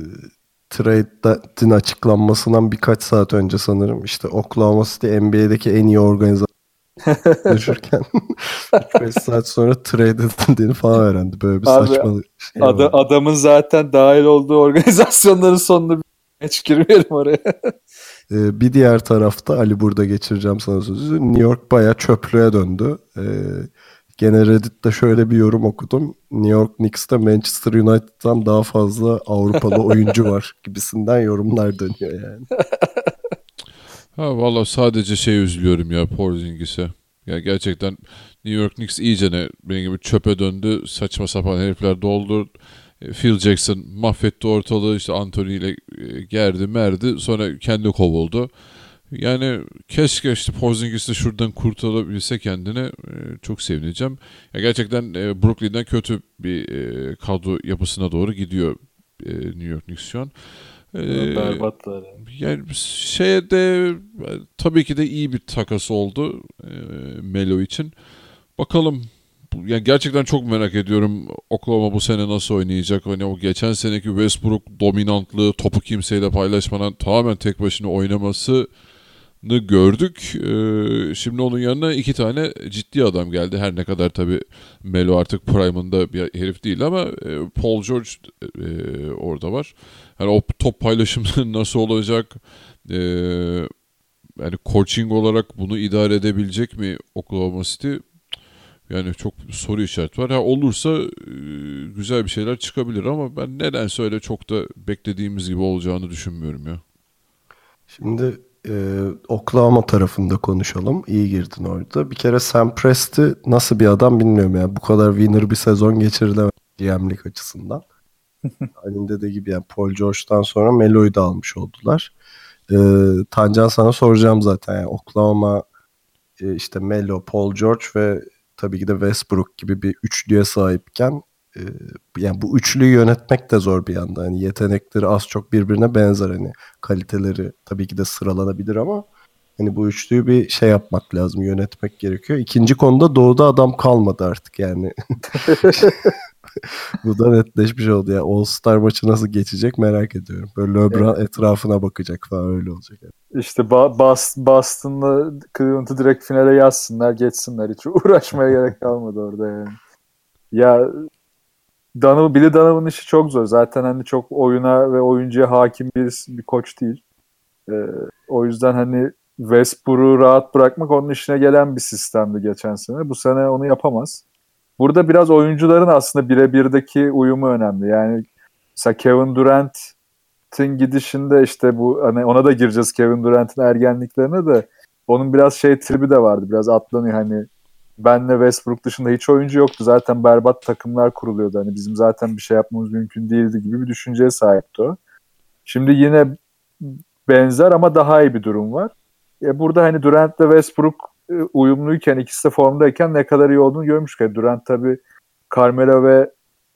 trade'in açıklanmasından birkaç saat önce sanırım işte Oklahoma City N B A'deki en iyi organizasyon düşürken üç beş saat sonra trade edildiğini falan öğrendi. Böyle bir Abi, saçma şey ad- adamın zaten dahil olduğu organizasyonların sonunda bir hiç girmeyelim oraya. ee, bir diğer tarafta Ali burada geçireceğim sana sözü. New York bayağı çöplüğe döndü. Ee, gene Reddit'te şöyle bir yorum okudum. New York Knicks'te Manchester United'dan daha fazla Avrupalı oyuncu var gibisinden yorumlar dönüyor yani. Ha valla sadece şey üzülüyorum ya Porzingis'e. Ya gerçekten New York Knicks iyicene benim gibi çöpe döndü. Saçma sapan herifler doldu. Phil Jackson mahvetti ortalığı. İşte Anthony ile gerdi merdi. Sonra kendi kovuldu. Yani keşke işte Porzingis de şuradan kurtulabilse kendine, çok sevineceğim. Ya gerçekten Brooklyn'den kötü bir kadro yapısına doğru gidiyor New York Knicks şu an. Ee, Berbatlar yani. Yani şeye de tabii ki de iyi bir takas oldu e, Melo için. Bakalım. Yani gerçekten çok merak ediyorum Oklahoma bu sene nasıl oynayacak. Hani o geçen seneki Westbrook dominantlığı, topu kimseyle paylaşmadan tamamen tek başına oynamasını gördük. Ee, şimdi onun yanına iki tane ciddi adam geldi. Her ne kadar tabii Melo artık prime'ında bir herif değil ama e, Paul George e, orada var. Yani o top paylaşımı nasıl olacak? Ee, yani coaching olarak bunu idare edebilecek mi Oklahoma City? Yani çok soru işareti var. Ha, olursa e, güzel bir şeyler çıkabilir ama ben nedense öyle çok da beklediğimiz gibi olacağını düşünmüyorum ya. Şimdi e, Oklahoma tarafında konuşalım. İyi girdin orada. Bir kere Sam Presti nasıl bir adam bilmiyorum yani. Bu kadar winner bir sezon geçirilemez G M'lik açısından. Halin dediği gibi yani Paul George'dan sonra Melo'yu da almış oldular. E, Tancan sana soracağım zaten. Yani Oklahoma e, işte Melo, Paul George ve tabii ki de Westbrook gibi bir üçlüye sahipken e, yani bu üçlüyü yönetmek de zor bir yanda. Hani yetenekleri az çok birbirine benzer, hani kaliteleri tabii ki de sıralanabilir ama hani bu üçlüyü bir şey yapmak lazım, yönetmek gerekiyor. İkinci konuda doğuda adam kalmadı artık yani. Bu da netleşmiş oldu ya. All Star maçı nasıl geçecek merak ediyorum. Böyle LeBron evet. etrafına bakacak falan, öyle olacak yani. İşte ba- Boston'la Cleveland'ı direkt finale yazsınlar, geçsinler. Hiç uğraşmaya gerek kalmadı orada yani. Ya Donovan, Billy Donovan'ın işi çok zor. Zaten hani çok oyuna ve oyuncuya hakim bir, bir koç değil. Ee, o yüzden hani Westbrook'u rahat bırakmak onun işine gelen bir sistemdi geçen sene. Bu sene onu yapamaz. Burada biraz oyuncuların aslında birebirdeki uyumu önemli. Yani mesela Kevin Durant'in gidişinde işte bu hani ona da gireceğiz, Kevin Durant'in ergenliklerine de, onun biraz şey tribi de vardı. Biraz atlanıyor hani, benle Westbrook dışında hiç oyuncu yoktu. Zaten berbat takımlar kuruluyordu. Hani bizim zaten bir şey yapmamız mümkün değildi gibi bir düşünceye sahipti o. Şimdi yine benzer ama daha iyi bir durum var. E burada hani Durant ile Westbrook uyumluyken, ikisi de formdayken ne kadar iyi olduğunu görmüştük. Yani Durant tabii Carmelo ve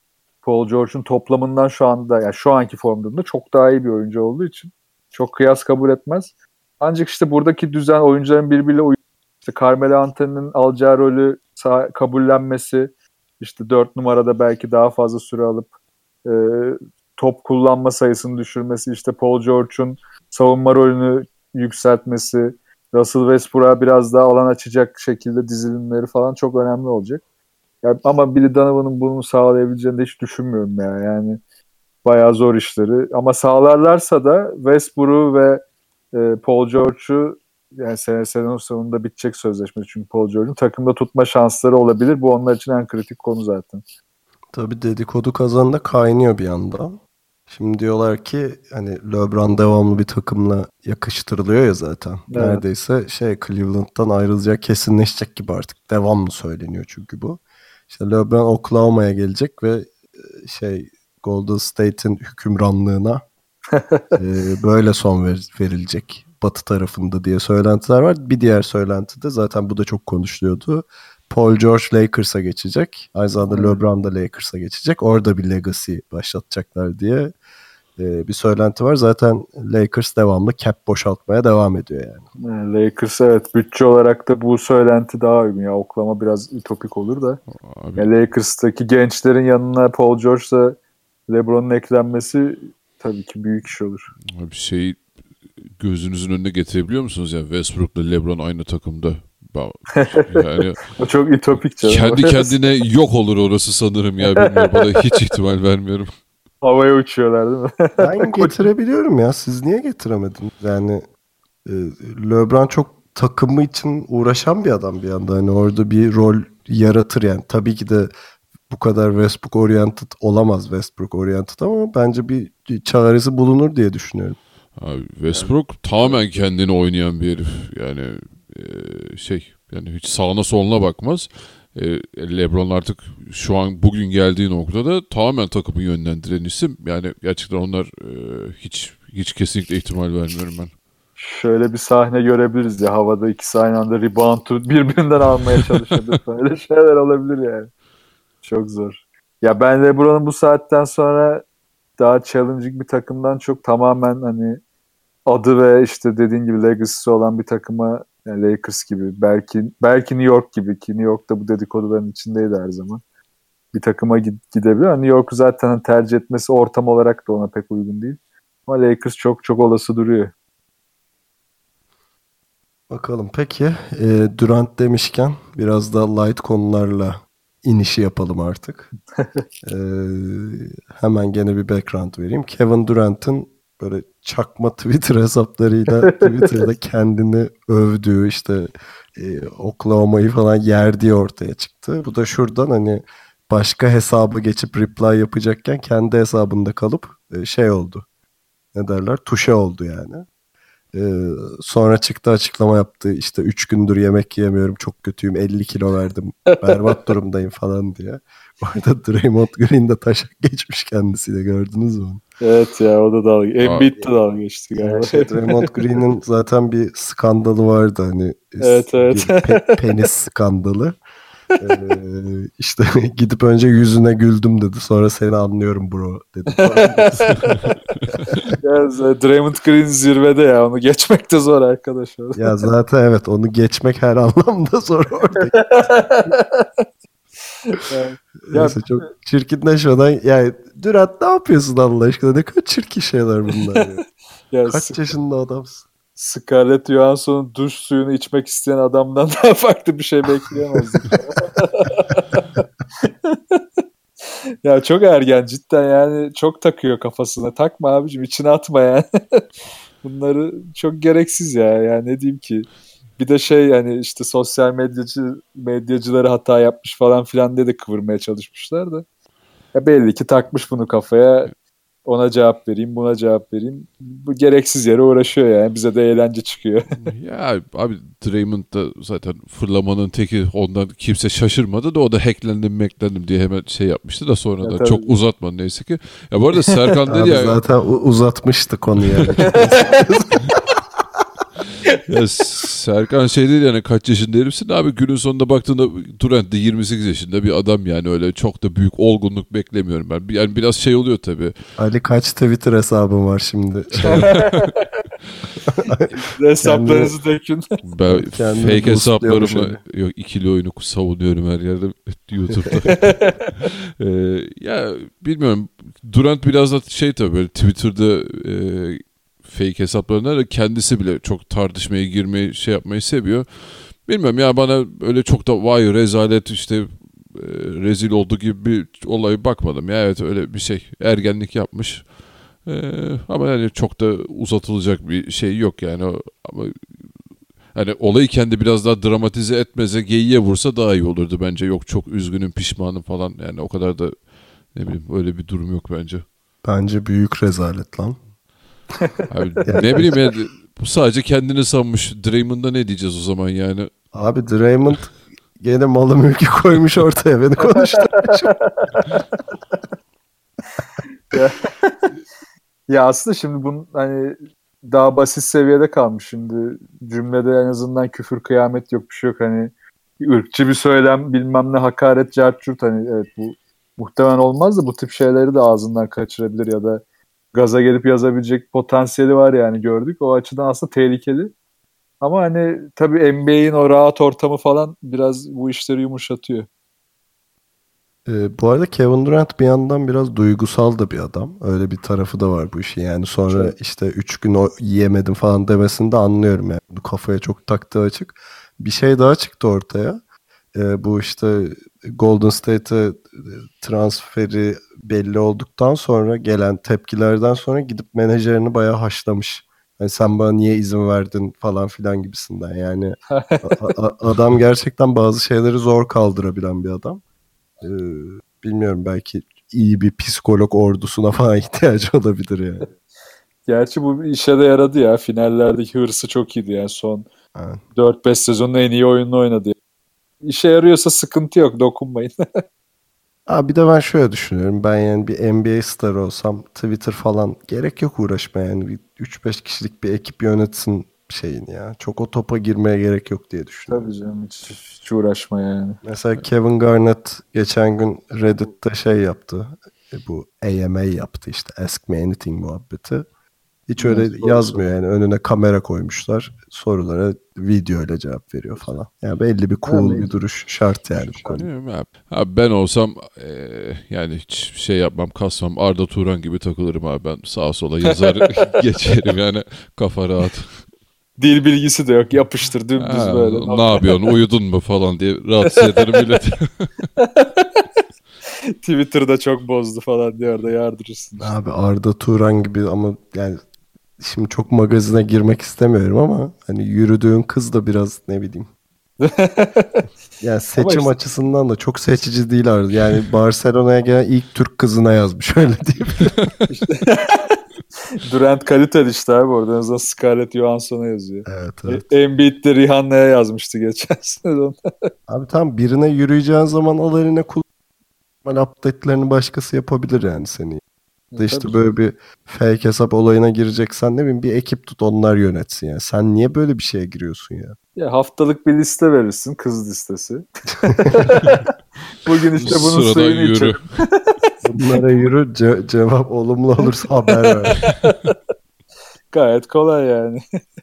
Paul George'un toplamından şu anda yani şu anki formunda çok daha iyi bir oyuncu olduğu için çok kıyas kabul etmez. Ancak işte buradaki düzen oyuncuların birbiriyle uyumu, işte Carmelo Anthony'nin alacağı rolü kabullenmesi, işte dört numarada belki daha fazla süre alıp e, top kullanma sayısını düşürmesi, işte Paul George'un savunma rolünü yükseltmesi, Russell Westbrook'a biraz daha alan açacak şekilde dizilimleri falan çok önemli olacak. Yani, ama Billy Donovan'ın bunu sağlayabileceğini de hiç düşünmüyorum ya. Yani bayağı zor işleri. Ama sağlarlarsa da Westbrook'u ve e, Paul George'u yani sene sezon sonunda bitecek sözleşmesi çünkü Paul George'un takımda tutma şansları olabilir. Bu onlar için en kritik konu zaten. Tabii dedikodu kazanında kaynıyor bir yandan. Şimdi diyorlar ki hani LeBron devamlı bir takımla yakıştırılıyor ya zaten. Evet. Neredeyse şey Cleveland'dan ayrılacak kesinleşecek gibi artık. Devamlı söyleniyor çünkü bu. İşte LeBron Oklahoma'ya gelecek ve şey Golden State'in hükümranlığına e, böyle son ver, verilecek Batı tarafında diye söylentiler var. Bir diğer söylenti de zaten bu da çok konuşuluyordu. Paul George Lakers'a geçecek. Aynı zamanda hmm. LeBron da Lakers'a geçecek. Orada bir legacy başlatacaklar diye e, bir söylenti var. Zaten Lakers devamlı cap boşaltmaya devam ediyor yani. Lakers evet bütçe olarak da bu söylenti daha uygun. Ya Oklahoma biraz ütopik olur da. Ya Lakers'taki gençlerin yanına Paul George'la LeBron'un eklenmesi tabii ki büyük iş olur. Bir şey gözünüzün önüne getirebiliyor musunuz? Yani Westbrook'la LeBron aynı takımda. Yani o çok ütopik canım. Kendi kendine yok olur orası sanırım ya. Bilmiyorum. Bana hiç ihtimal vermiyorum. Havaya uçuyorlar değil mi? Ben getirebiliyorum ya. Siz niye getiremediniz? Yani e, LeBron çok takımı için uğraşan bir adam bir yanda. Hani orada bir rol yaratır yani. Tabii ki de bu kadar Westbrook oriented olamaz Westbrook oriented ama bence bir çaresi bulunur diye düşünüyorum. Abi Westbrook yani tamamen kendini oynayan bir herif. Yani e, şey yani hiç sağına soluna bakmaz. E, LeBron artık şu an bugün geldiği noktada tamamen takımı yönlendiren isim. Yani gerçekten onlar e, hiç hiç kesinlikle ihtimal vermiyorum ben. Şöyle bir sahne görebiliriz ya havada ikisi aynı anda rebound'u birbirinden almaya çalışıyordu. Böyle şeyler olabilir yani. Çok zor. Ya ben LeBron'un bu saatten sonra daha challenging bir takımdan çok tamamen hani adı ve işte dediğin gibi legacy'si olan bir takıma yani Lakers gibi belki belki New York gibi ki New York'ta bu dedikoduların içindeydi her zaman. Bir takıma gidebilir. New York'u zaten tercih etmesi ortam olarak da ona pek uygun değil. Ama Lakers çok çok olası duruyor. Bakalım peki e, Durant demişken biraz da light konularla inişi yapalım artık. ee, hemen gene bir background vereyim. Kevin Durant'ın böyle çakma Twitter hesaplarıyla Twitter'da kendini övdüğü işte e, Oklahoma'yı falan yerdiği ortaya çıktı. Bu da şuradan hani başka hesaba geçip reply yapacakken kendi hesabında kalıp e, şey oldu. Ne derler? Tuşe oldu yani. Ee, sonra çıktı açıklama yaptı işte üç gündür yemek yiyemiyorum çok kötüyüm elli kilo verdim berbat durumdayım falan diye. Orada Draymond Green de taşak geçmiş kendisiyle gördünüz mü? Evet ya o da dalga. Embiid de dalga geçti galiba. Yani şey, Draymond Green'in zaten bir skandalı vardı hani. Evet evet. Pe- penis skandalı. Ee, işte gidip önce yüzüne güldüm dedi. Sonra seni anlıyorum bro dedi. Ya, Draymond Green zirvede ya. Onu geçmek de zor arkadaş. Ya zaten evet onu geçmek her anlamda zor orada. Yani, neyse çok çirkinleşmeden yani Durant ne yapıyorsun Allah aşkına? Ne kadar çirkin şeyler bunlar ya. Ya kaç sık- yaşında adamsın? Scarlett Johansson'un duş suyunu içmek isteyen adamdan daha farklı bir şey bekleyemezdik. Ya çok ergen cidden yani çok takıyor kafasına. Takma abicim içine atma yani. Bunları çok gereksiz ya. Yani ne diyeyim ki. Bir de şey yani işte sosyal medyacı medyacıları hata yapmış falan filan diye de kıvırmaya çalışmışlar da. Ya belli ki takmış bunu kafaya. Ona cevap vereyim, buna cevap vereyim. Bu gereksiz yere uğraşıyor yani. Bize de eğlence çıkıyor. Ya abi Draymond da zaten fırlamanın teki ondan kimse şaşırmadı da o da hacklendim meklendim diye hemen şey yapmıştı da sonra da çok uzatmadı neyse ki. Ya bu arada Serkan dedi ya. Zaten uzatmıştı konuyu yani. Ya Serkan şey değil yani kaç yaşında herifsin abi, günün sonunda baktığında Durant de yirmi sekiz yaşında bir adam yani, öyle çok da büyük olgunluk beklemiyorum ben. Yani biraz şey oluyor tabii. Ali kaç Twitter hesabın var şimdi? Şey, Hesaplarınızı dökün. Ben Kendini fake boostluyormuş hesaplarımı yok, ikili oyunu savunuyorum her yerde YouTube'da. ee, ya bilmiyorum, Durant biraz da şey tabii, böyle Twitter'da e, fake hesaplarında da kendisi bile çok tartışmaya girmeyi, şey yapmayı seviyor. Bilmiyorum ya, bana öyle çok da vay rezalet işte e, rezil oldu gibi bir olay bakmadım. Ya evet, öyle bir şey, ergenlik yapmış. Ee, ama yani çok da uzatılacak bir şey yok yani. O, ama hani olayı kendi biraz daha dramatize etmese, geyiğe vursa daha iyi olurdu bence. Yok çok üzgünüm, pişmanım falan, yani o kadar da ne bileyim, öyle bir durum yok bence. Bence büyük rezalet lan. Abi, ne bileyim yani, bu sadece kendini sanmış. Draymond'a ne diyeceğiz o zaman yani? Abi Draymond gene malı mülkü koymuş ortaya, beni konuşturmuş. ya, ya aslında şimdi bunun hani daha basit seviyede kalmış. Şimdi cümlede en azından küfür kıyamet yok, bir şey yok. Hani ırkçı bir söylem, bilmem ne, hakaret, carçurt, hani evet bu muhtemelen olmaz da bu tip şeyleri de ağzından kaçırabilir ya da gaza gelip yazabilecek potansiyeli var yani, gördük. O açıdan aslında tehlikeli. Ama hani tabii N B A'in o rahat ortamı falan biraz bu işleri yumuşatıyor. Ee, bu arada Kevin Durant bir yandan biraz duygusal da bir adam. Öyle bir tarafı da var bu işin. Yani sonra Evet. işte üç gün o yiyemedim falan demesini de anlıyorum yani. Bu kafaya çok taktığı açık. Bir şey daha çıktı ortaya. Ee, bu işte Golden State'e transferi belli olduktan sonra gelen tepkilerden sonra gidip menajerini bayağı haşlamış. Yani sen bana niye izin verdin falan filan gibisinden. Yani a- a- adam gerçekten bazı şeyleri zor kaldırabilen bir adam. Ee, bilmiyorum, belki iyi bir psikolog ordusuna falan ihtiyacı olabilir yani. Gerçi bu işe de yaradı ya. Finallerdeki hırsı çok iyiydi yani, son Evet. dört beş sezonun en iyi oyununu oynadı. İşe yarıyorsa sıkıntı yok, dokunmayın. Abi bir de ben şöyle düşünüyorum. Ben yani bir N B A starı olsam Twitter falan gerek yok uğraşmaya. Yani bir üç beş kişilik bir ekip yönetsin şeyini ya. Çok o topa girmeye gerek yok diye düşünüyorum. Tabii canım, hiç, hiç uğraşma yani. Mesela Kevin Garnett geçen gün Reddit'te şey yaptı. E, bu A M A yaptı işte. Ask Me Anything muhabbeti. Hiç öyle Evet, doğru. yazmıyor yani. Önüne kamera koymuşlar. Sorulara video ile cevap veriyor falan. Yani belli bir cool Yani- bir duruş şart yani bu konuda. Bilmiyorum abi. Abi ben olsam e, yani hiç şey yapmam, kasmam. Arda Turan gibi takılırım abi. Ben sağa sola yazar geçerim yani, kafa rahat. Dil bilgisi de yok, yapıştır dümdüz Ha, böyle. ne yapıyorsun, uyudun mu falan diye rahatsız ederim milleti. Twitter'da çok bozdu falan diye orada yardırırsın. Abi Arda Turan gibi, ama yani şimdi çok magazine girmek istemiyorum ama hani yürüdüğün kız da biraz ne bileyim. Yani seçim işte- açısından da çok seçici değil Arda. Yani Barcelona'ya gelen ilk Türk kızına yazmış, öyle diyeyim. Durant kaliteli işte abi, orada en azından Scarlett Johansson'a yazıyor. Evet, evet. Embiid de Rihanna'ya yazmıştı geçen sezon. Abi tam birine yürüyeceğin zaman al eline kullanma update'lerini başkası yapabilir yani seni. Da işte Tabii böyle bir fake hesap olayına gireceksen ne bileyim bir ekip tut, onlar yönetsin ya. Sen niye böyle bir şeye giriyorsun ya? Ya haftalık bir liste verirsin, kız listesi. Bugün işte bunun Sıradan suyunu yürü. içelim. Bunlara yürü, ce- cevap olumlu olursa haber ver. Gayet kolay yani.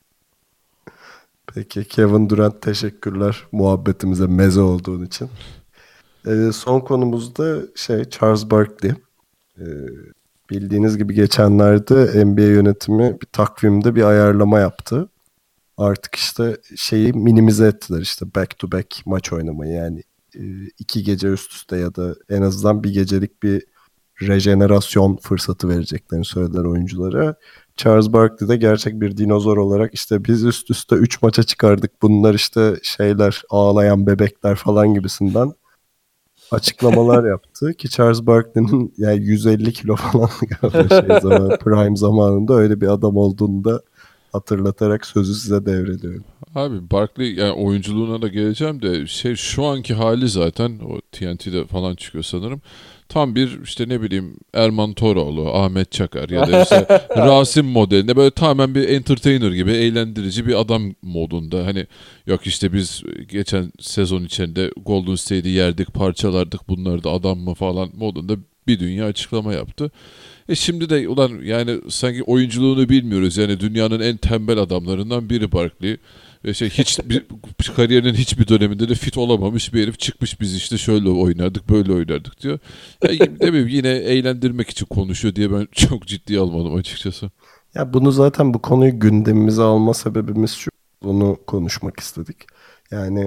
Peki Kevin Durant, teşekkürler muhabbetimize meze olduğun için. Ee, son konumuz da şey Charles Barkley. Ee, bildiğiniz gibi geçenlerde N B A yönetimi bir takvimde bir ayarlama yaptı. Artık işte şeyi minimize ettiler, işte back to back maç oynamayı, yani e, iki gece üst üste ya da en azından bir gecelik bir rejenerasyon fırsatı vereceklerini söylediler oyunculara. Charles Barkley de gerçek bir dinozor olarak işte biz üst üste üç maça çıkardık, bunlar işte şeyler, ağlayan bebekler falan gibisinden açıklamalar yaptı ki Charles Barkley'nin yani yüz elli kilo falan şey zaman, prime zamanında öyle bir adam olduğunu da hatırlatarak sözü size devrediyorum. Abi Barkley, yani oyunculuğuna da geleceğim de şey, şu anki hali zaten o T N T'de falan çıkıyor sanırım. Tam bir işte ne bileyim Erman Toroğlu, Ahmet Çakar ya da işte Rasim modelinde böyle tamamen bir entertainer gibi eğlendirici bir adam modunda. Hani yok işte biz geçen sezon içinde Golden State'i yerdik, parçalardık, bunlar da adam mı falan modunda bir dünya açıklama yaptı. E şimdi de ulan yani sanki oyunculuğunu bilmiyoruz. Yani dünyanın en tembel adamlarından biri Barkley. Ve şey hiç bir, kariyerinin hiçbir döneminde de fit olamamış bir herif çıkmış, biz işte şöyle oynardık, böyle oynardık diyor. Yani, ne bileyim, yine eğlendirmek için konuşuyor diye ben çok ciddiye almadım açıkçası. Ya bunu zaten bu konuyu gündemimize alma sebebimiz şu. Bunu konuşmak istedik. Yani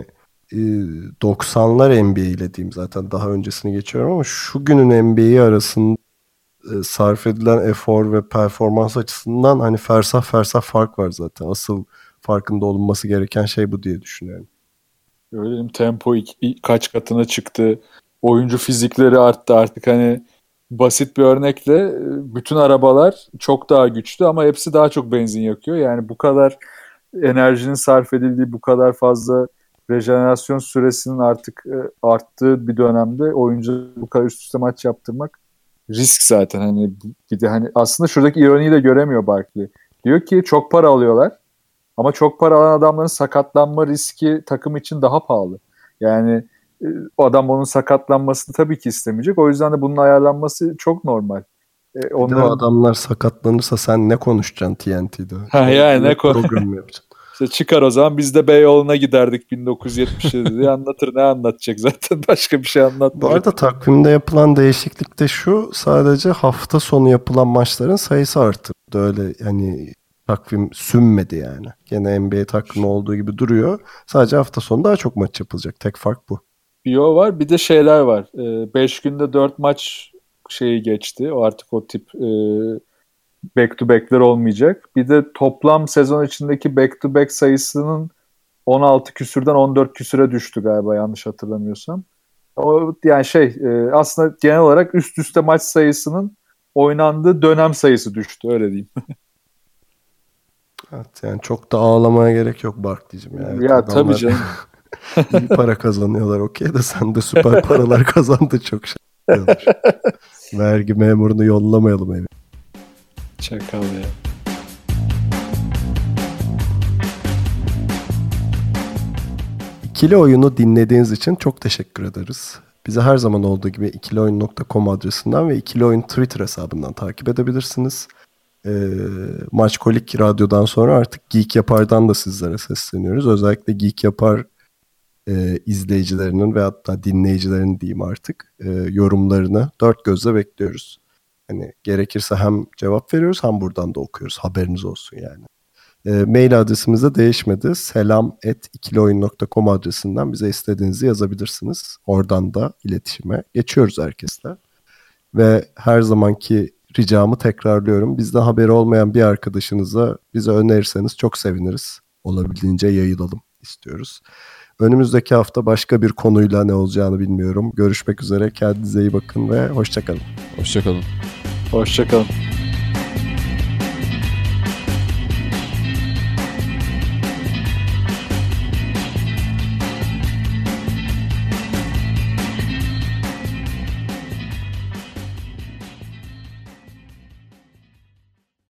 doksanlar N B A ile diyeyim, zaten daha öncesini geçiyorum ama şu günün N B A arasında sarf edilen efor ve performans açısından hani fersah fersah fark var zaten. Asıl farkında olunması gereken şey bu diye düşünüyorum. Öyle diyeyim, tempo iki, kaç katına çıktı. Oyuncu fizikleri arttı artık. Hani basit bir örnekle bütün arabalar çok daha güçlü ama hepsi daha çok benzin yakıyor. Yani bu kadar enerjinin sarf edildiği, bu kadar fazla rejenerasyon süresinin artık arttığı bir dönemde oyuncu bu kadar üst üste maç yaptırmak risk zaten. Hani bir de hani aslında şuradaki ironiyi de göremiyor Barkley. Diyor ki çok para alıyorlar ama çok para alan adamların sakatlanma riski takım için daha pahalı. Yani o adam onun sakatlanmasını tabii ki istemeyecek. O yüzden de bunun ayarlanması çok normal. E, onların... Bir de o adamlar sakatlanırsa sen ne konuşacaksın T N T'de? Ha yani ne program yapacaksın? İşte çıkar o zaman biz de Beyoğlu'na giderdik bin dokuz yüz yetmişte diye anlatır. Ne anlatacak zaten, başka bir şey anlatmayacak. Bu arada takvimde yapılan değişiklik de şu, sadece hafta sonu yapılan maçların sayısı arttı. Öyle yani takvim sünmedi yani. Gene N B A takvimi olduğu gibi duruyor. Sadece hafta sonu daha çok maç yapılacak. Tek fark bu. Bir o var, bir de şeyler var. beş günde dört maç şeyi geçti. O artık o tip e, back to back'ler olmayacak. Bir de toplam sezon içindeki back to back sayısının on altı küsürden on dört küsüre düştü galiba, yanlış hatırlamıyorsam. O yani şey e, aslında genel olarak üst üste maç sayısının oynandığı dönem sayısı düştü, öyle diyeyim. Evet, yani çok da ağlamaya gerek yok Barkley'cim. Yani. Ya tabii canım. İyi para kazanıyorlar okey de sen de süper paralar kazandı, çok şey. Vergi memurunu yollamayalım evi. Çakal ya. İkili Oyun'u dinlediğiniz için çok teşekkür ederiz. Bizi her zaman olduğu gibi ikilioyun nokta com adresinden ve İkili Oyun Twitter hesabından takip edebilirsiniz. E, Maçkolik Radyo'dan sonra artık Geek Yapar'dan da sizlere sesleniyoruz. Özellikle Geek Yapar e, izleyicilerinin ve hatta dinleyicilerinin diyeyim artık e, yorumlarını dört gözle bekliyoruz. Hani gerekirse hem cevap veriyoruz hem buradan da okuyoruz. Haberiniz olsun yani. E, mail adresimiz de değişmedi. selam at ikilioyun nokta com adresinden bize istediğinizi yazabilirsiniz. Oradan da iletişime geçiyoruz herkesle. Ve her zamanki ricamı tekrarlıyorum. Bizden haberi olmayan bir arkadaşınıza bize önerirseniz çok seviniriz. Olabildiğince yayılalım istiyoruz. Önümüzdeki hafta başka bir konuyla ne olacağını bilmiyorum. Görüşmek üzere. Kendinize iyi bakın ve hoşça kalın. Hoşça kalın. Hoşça kalın.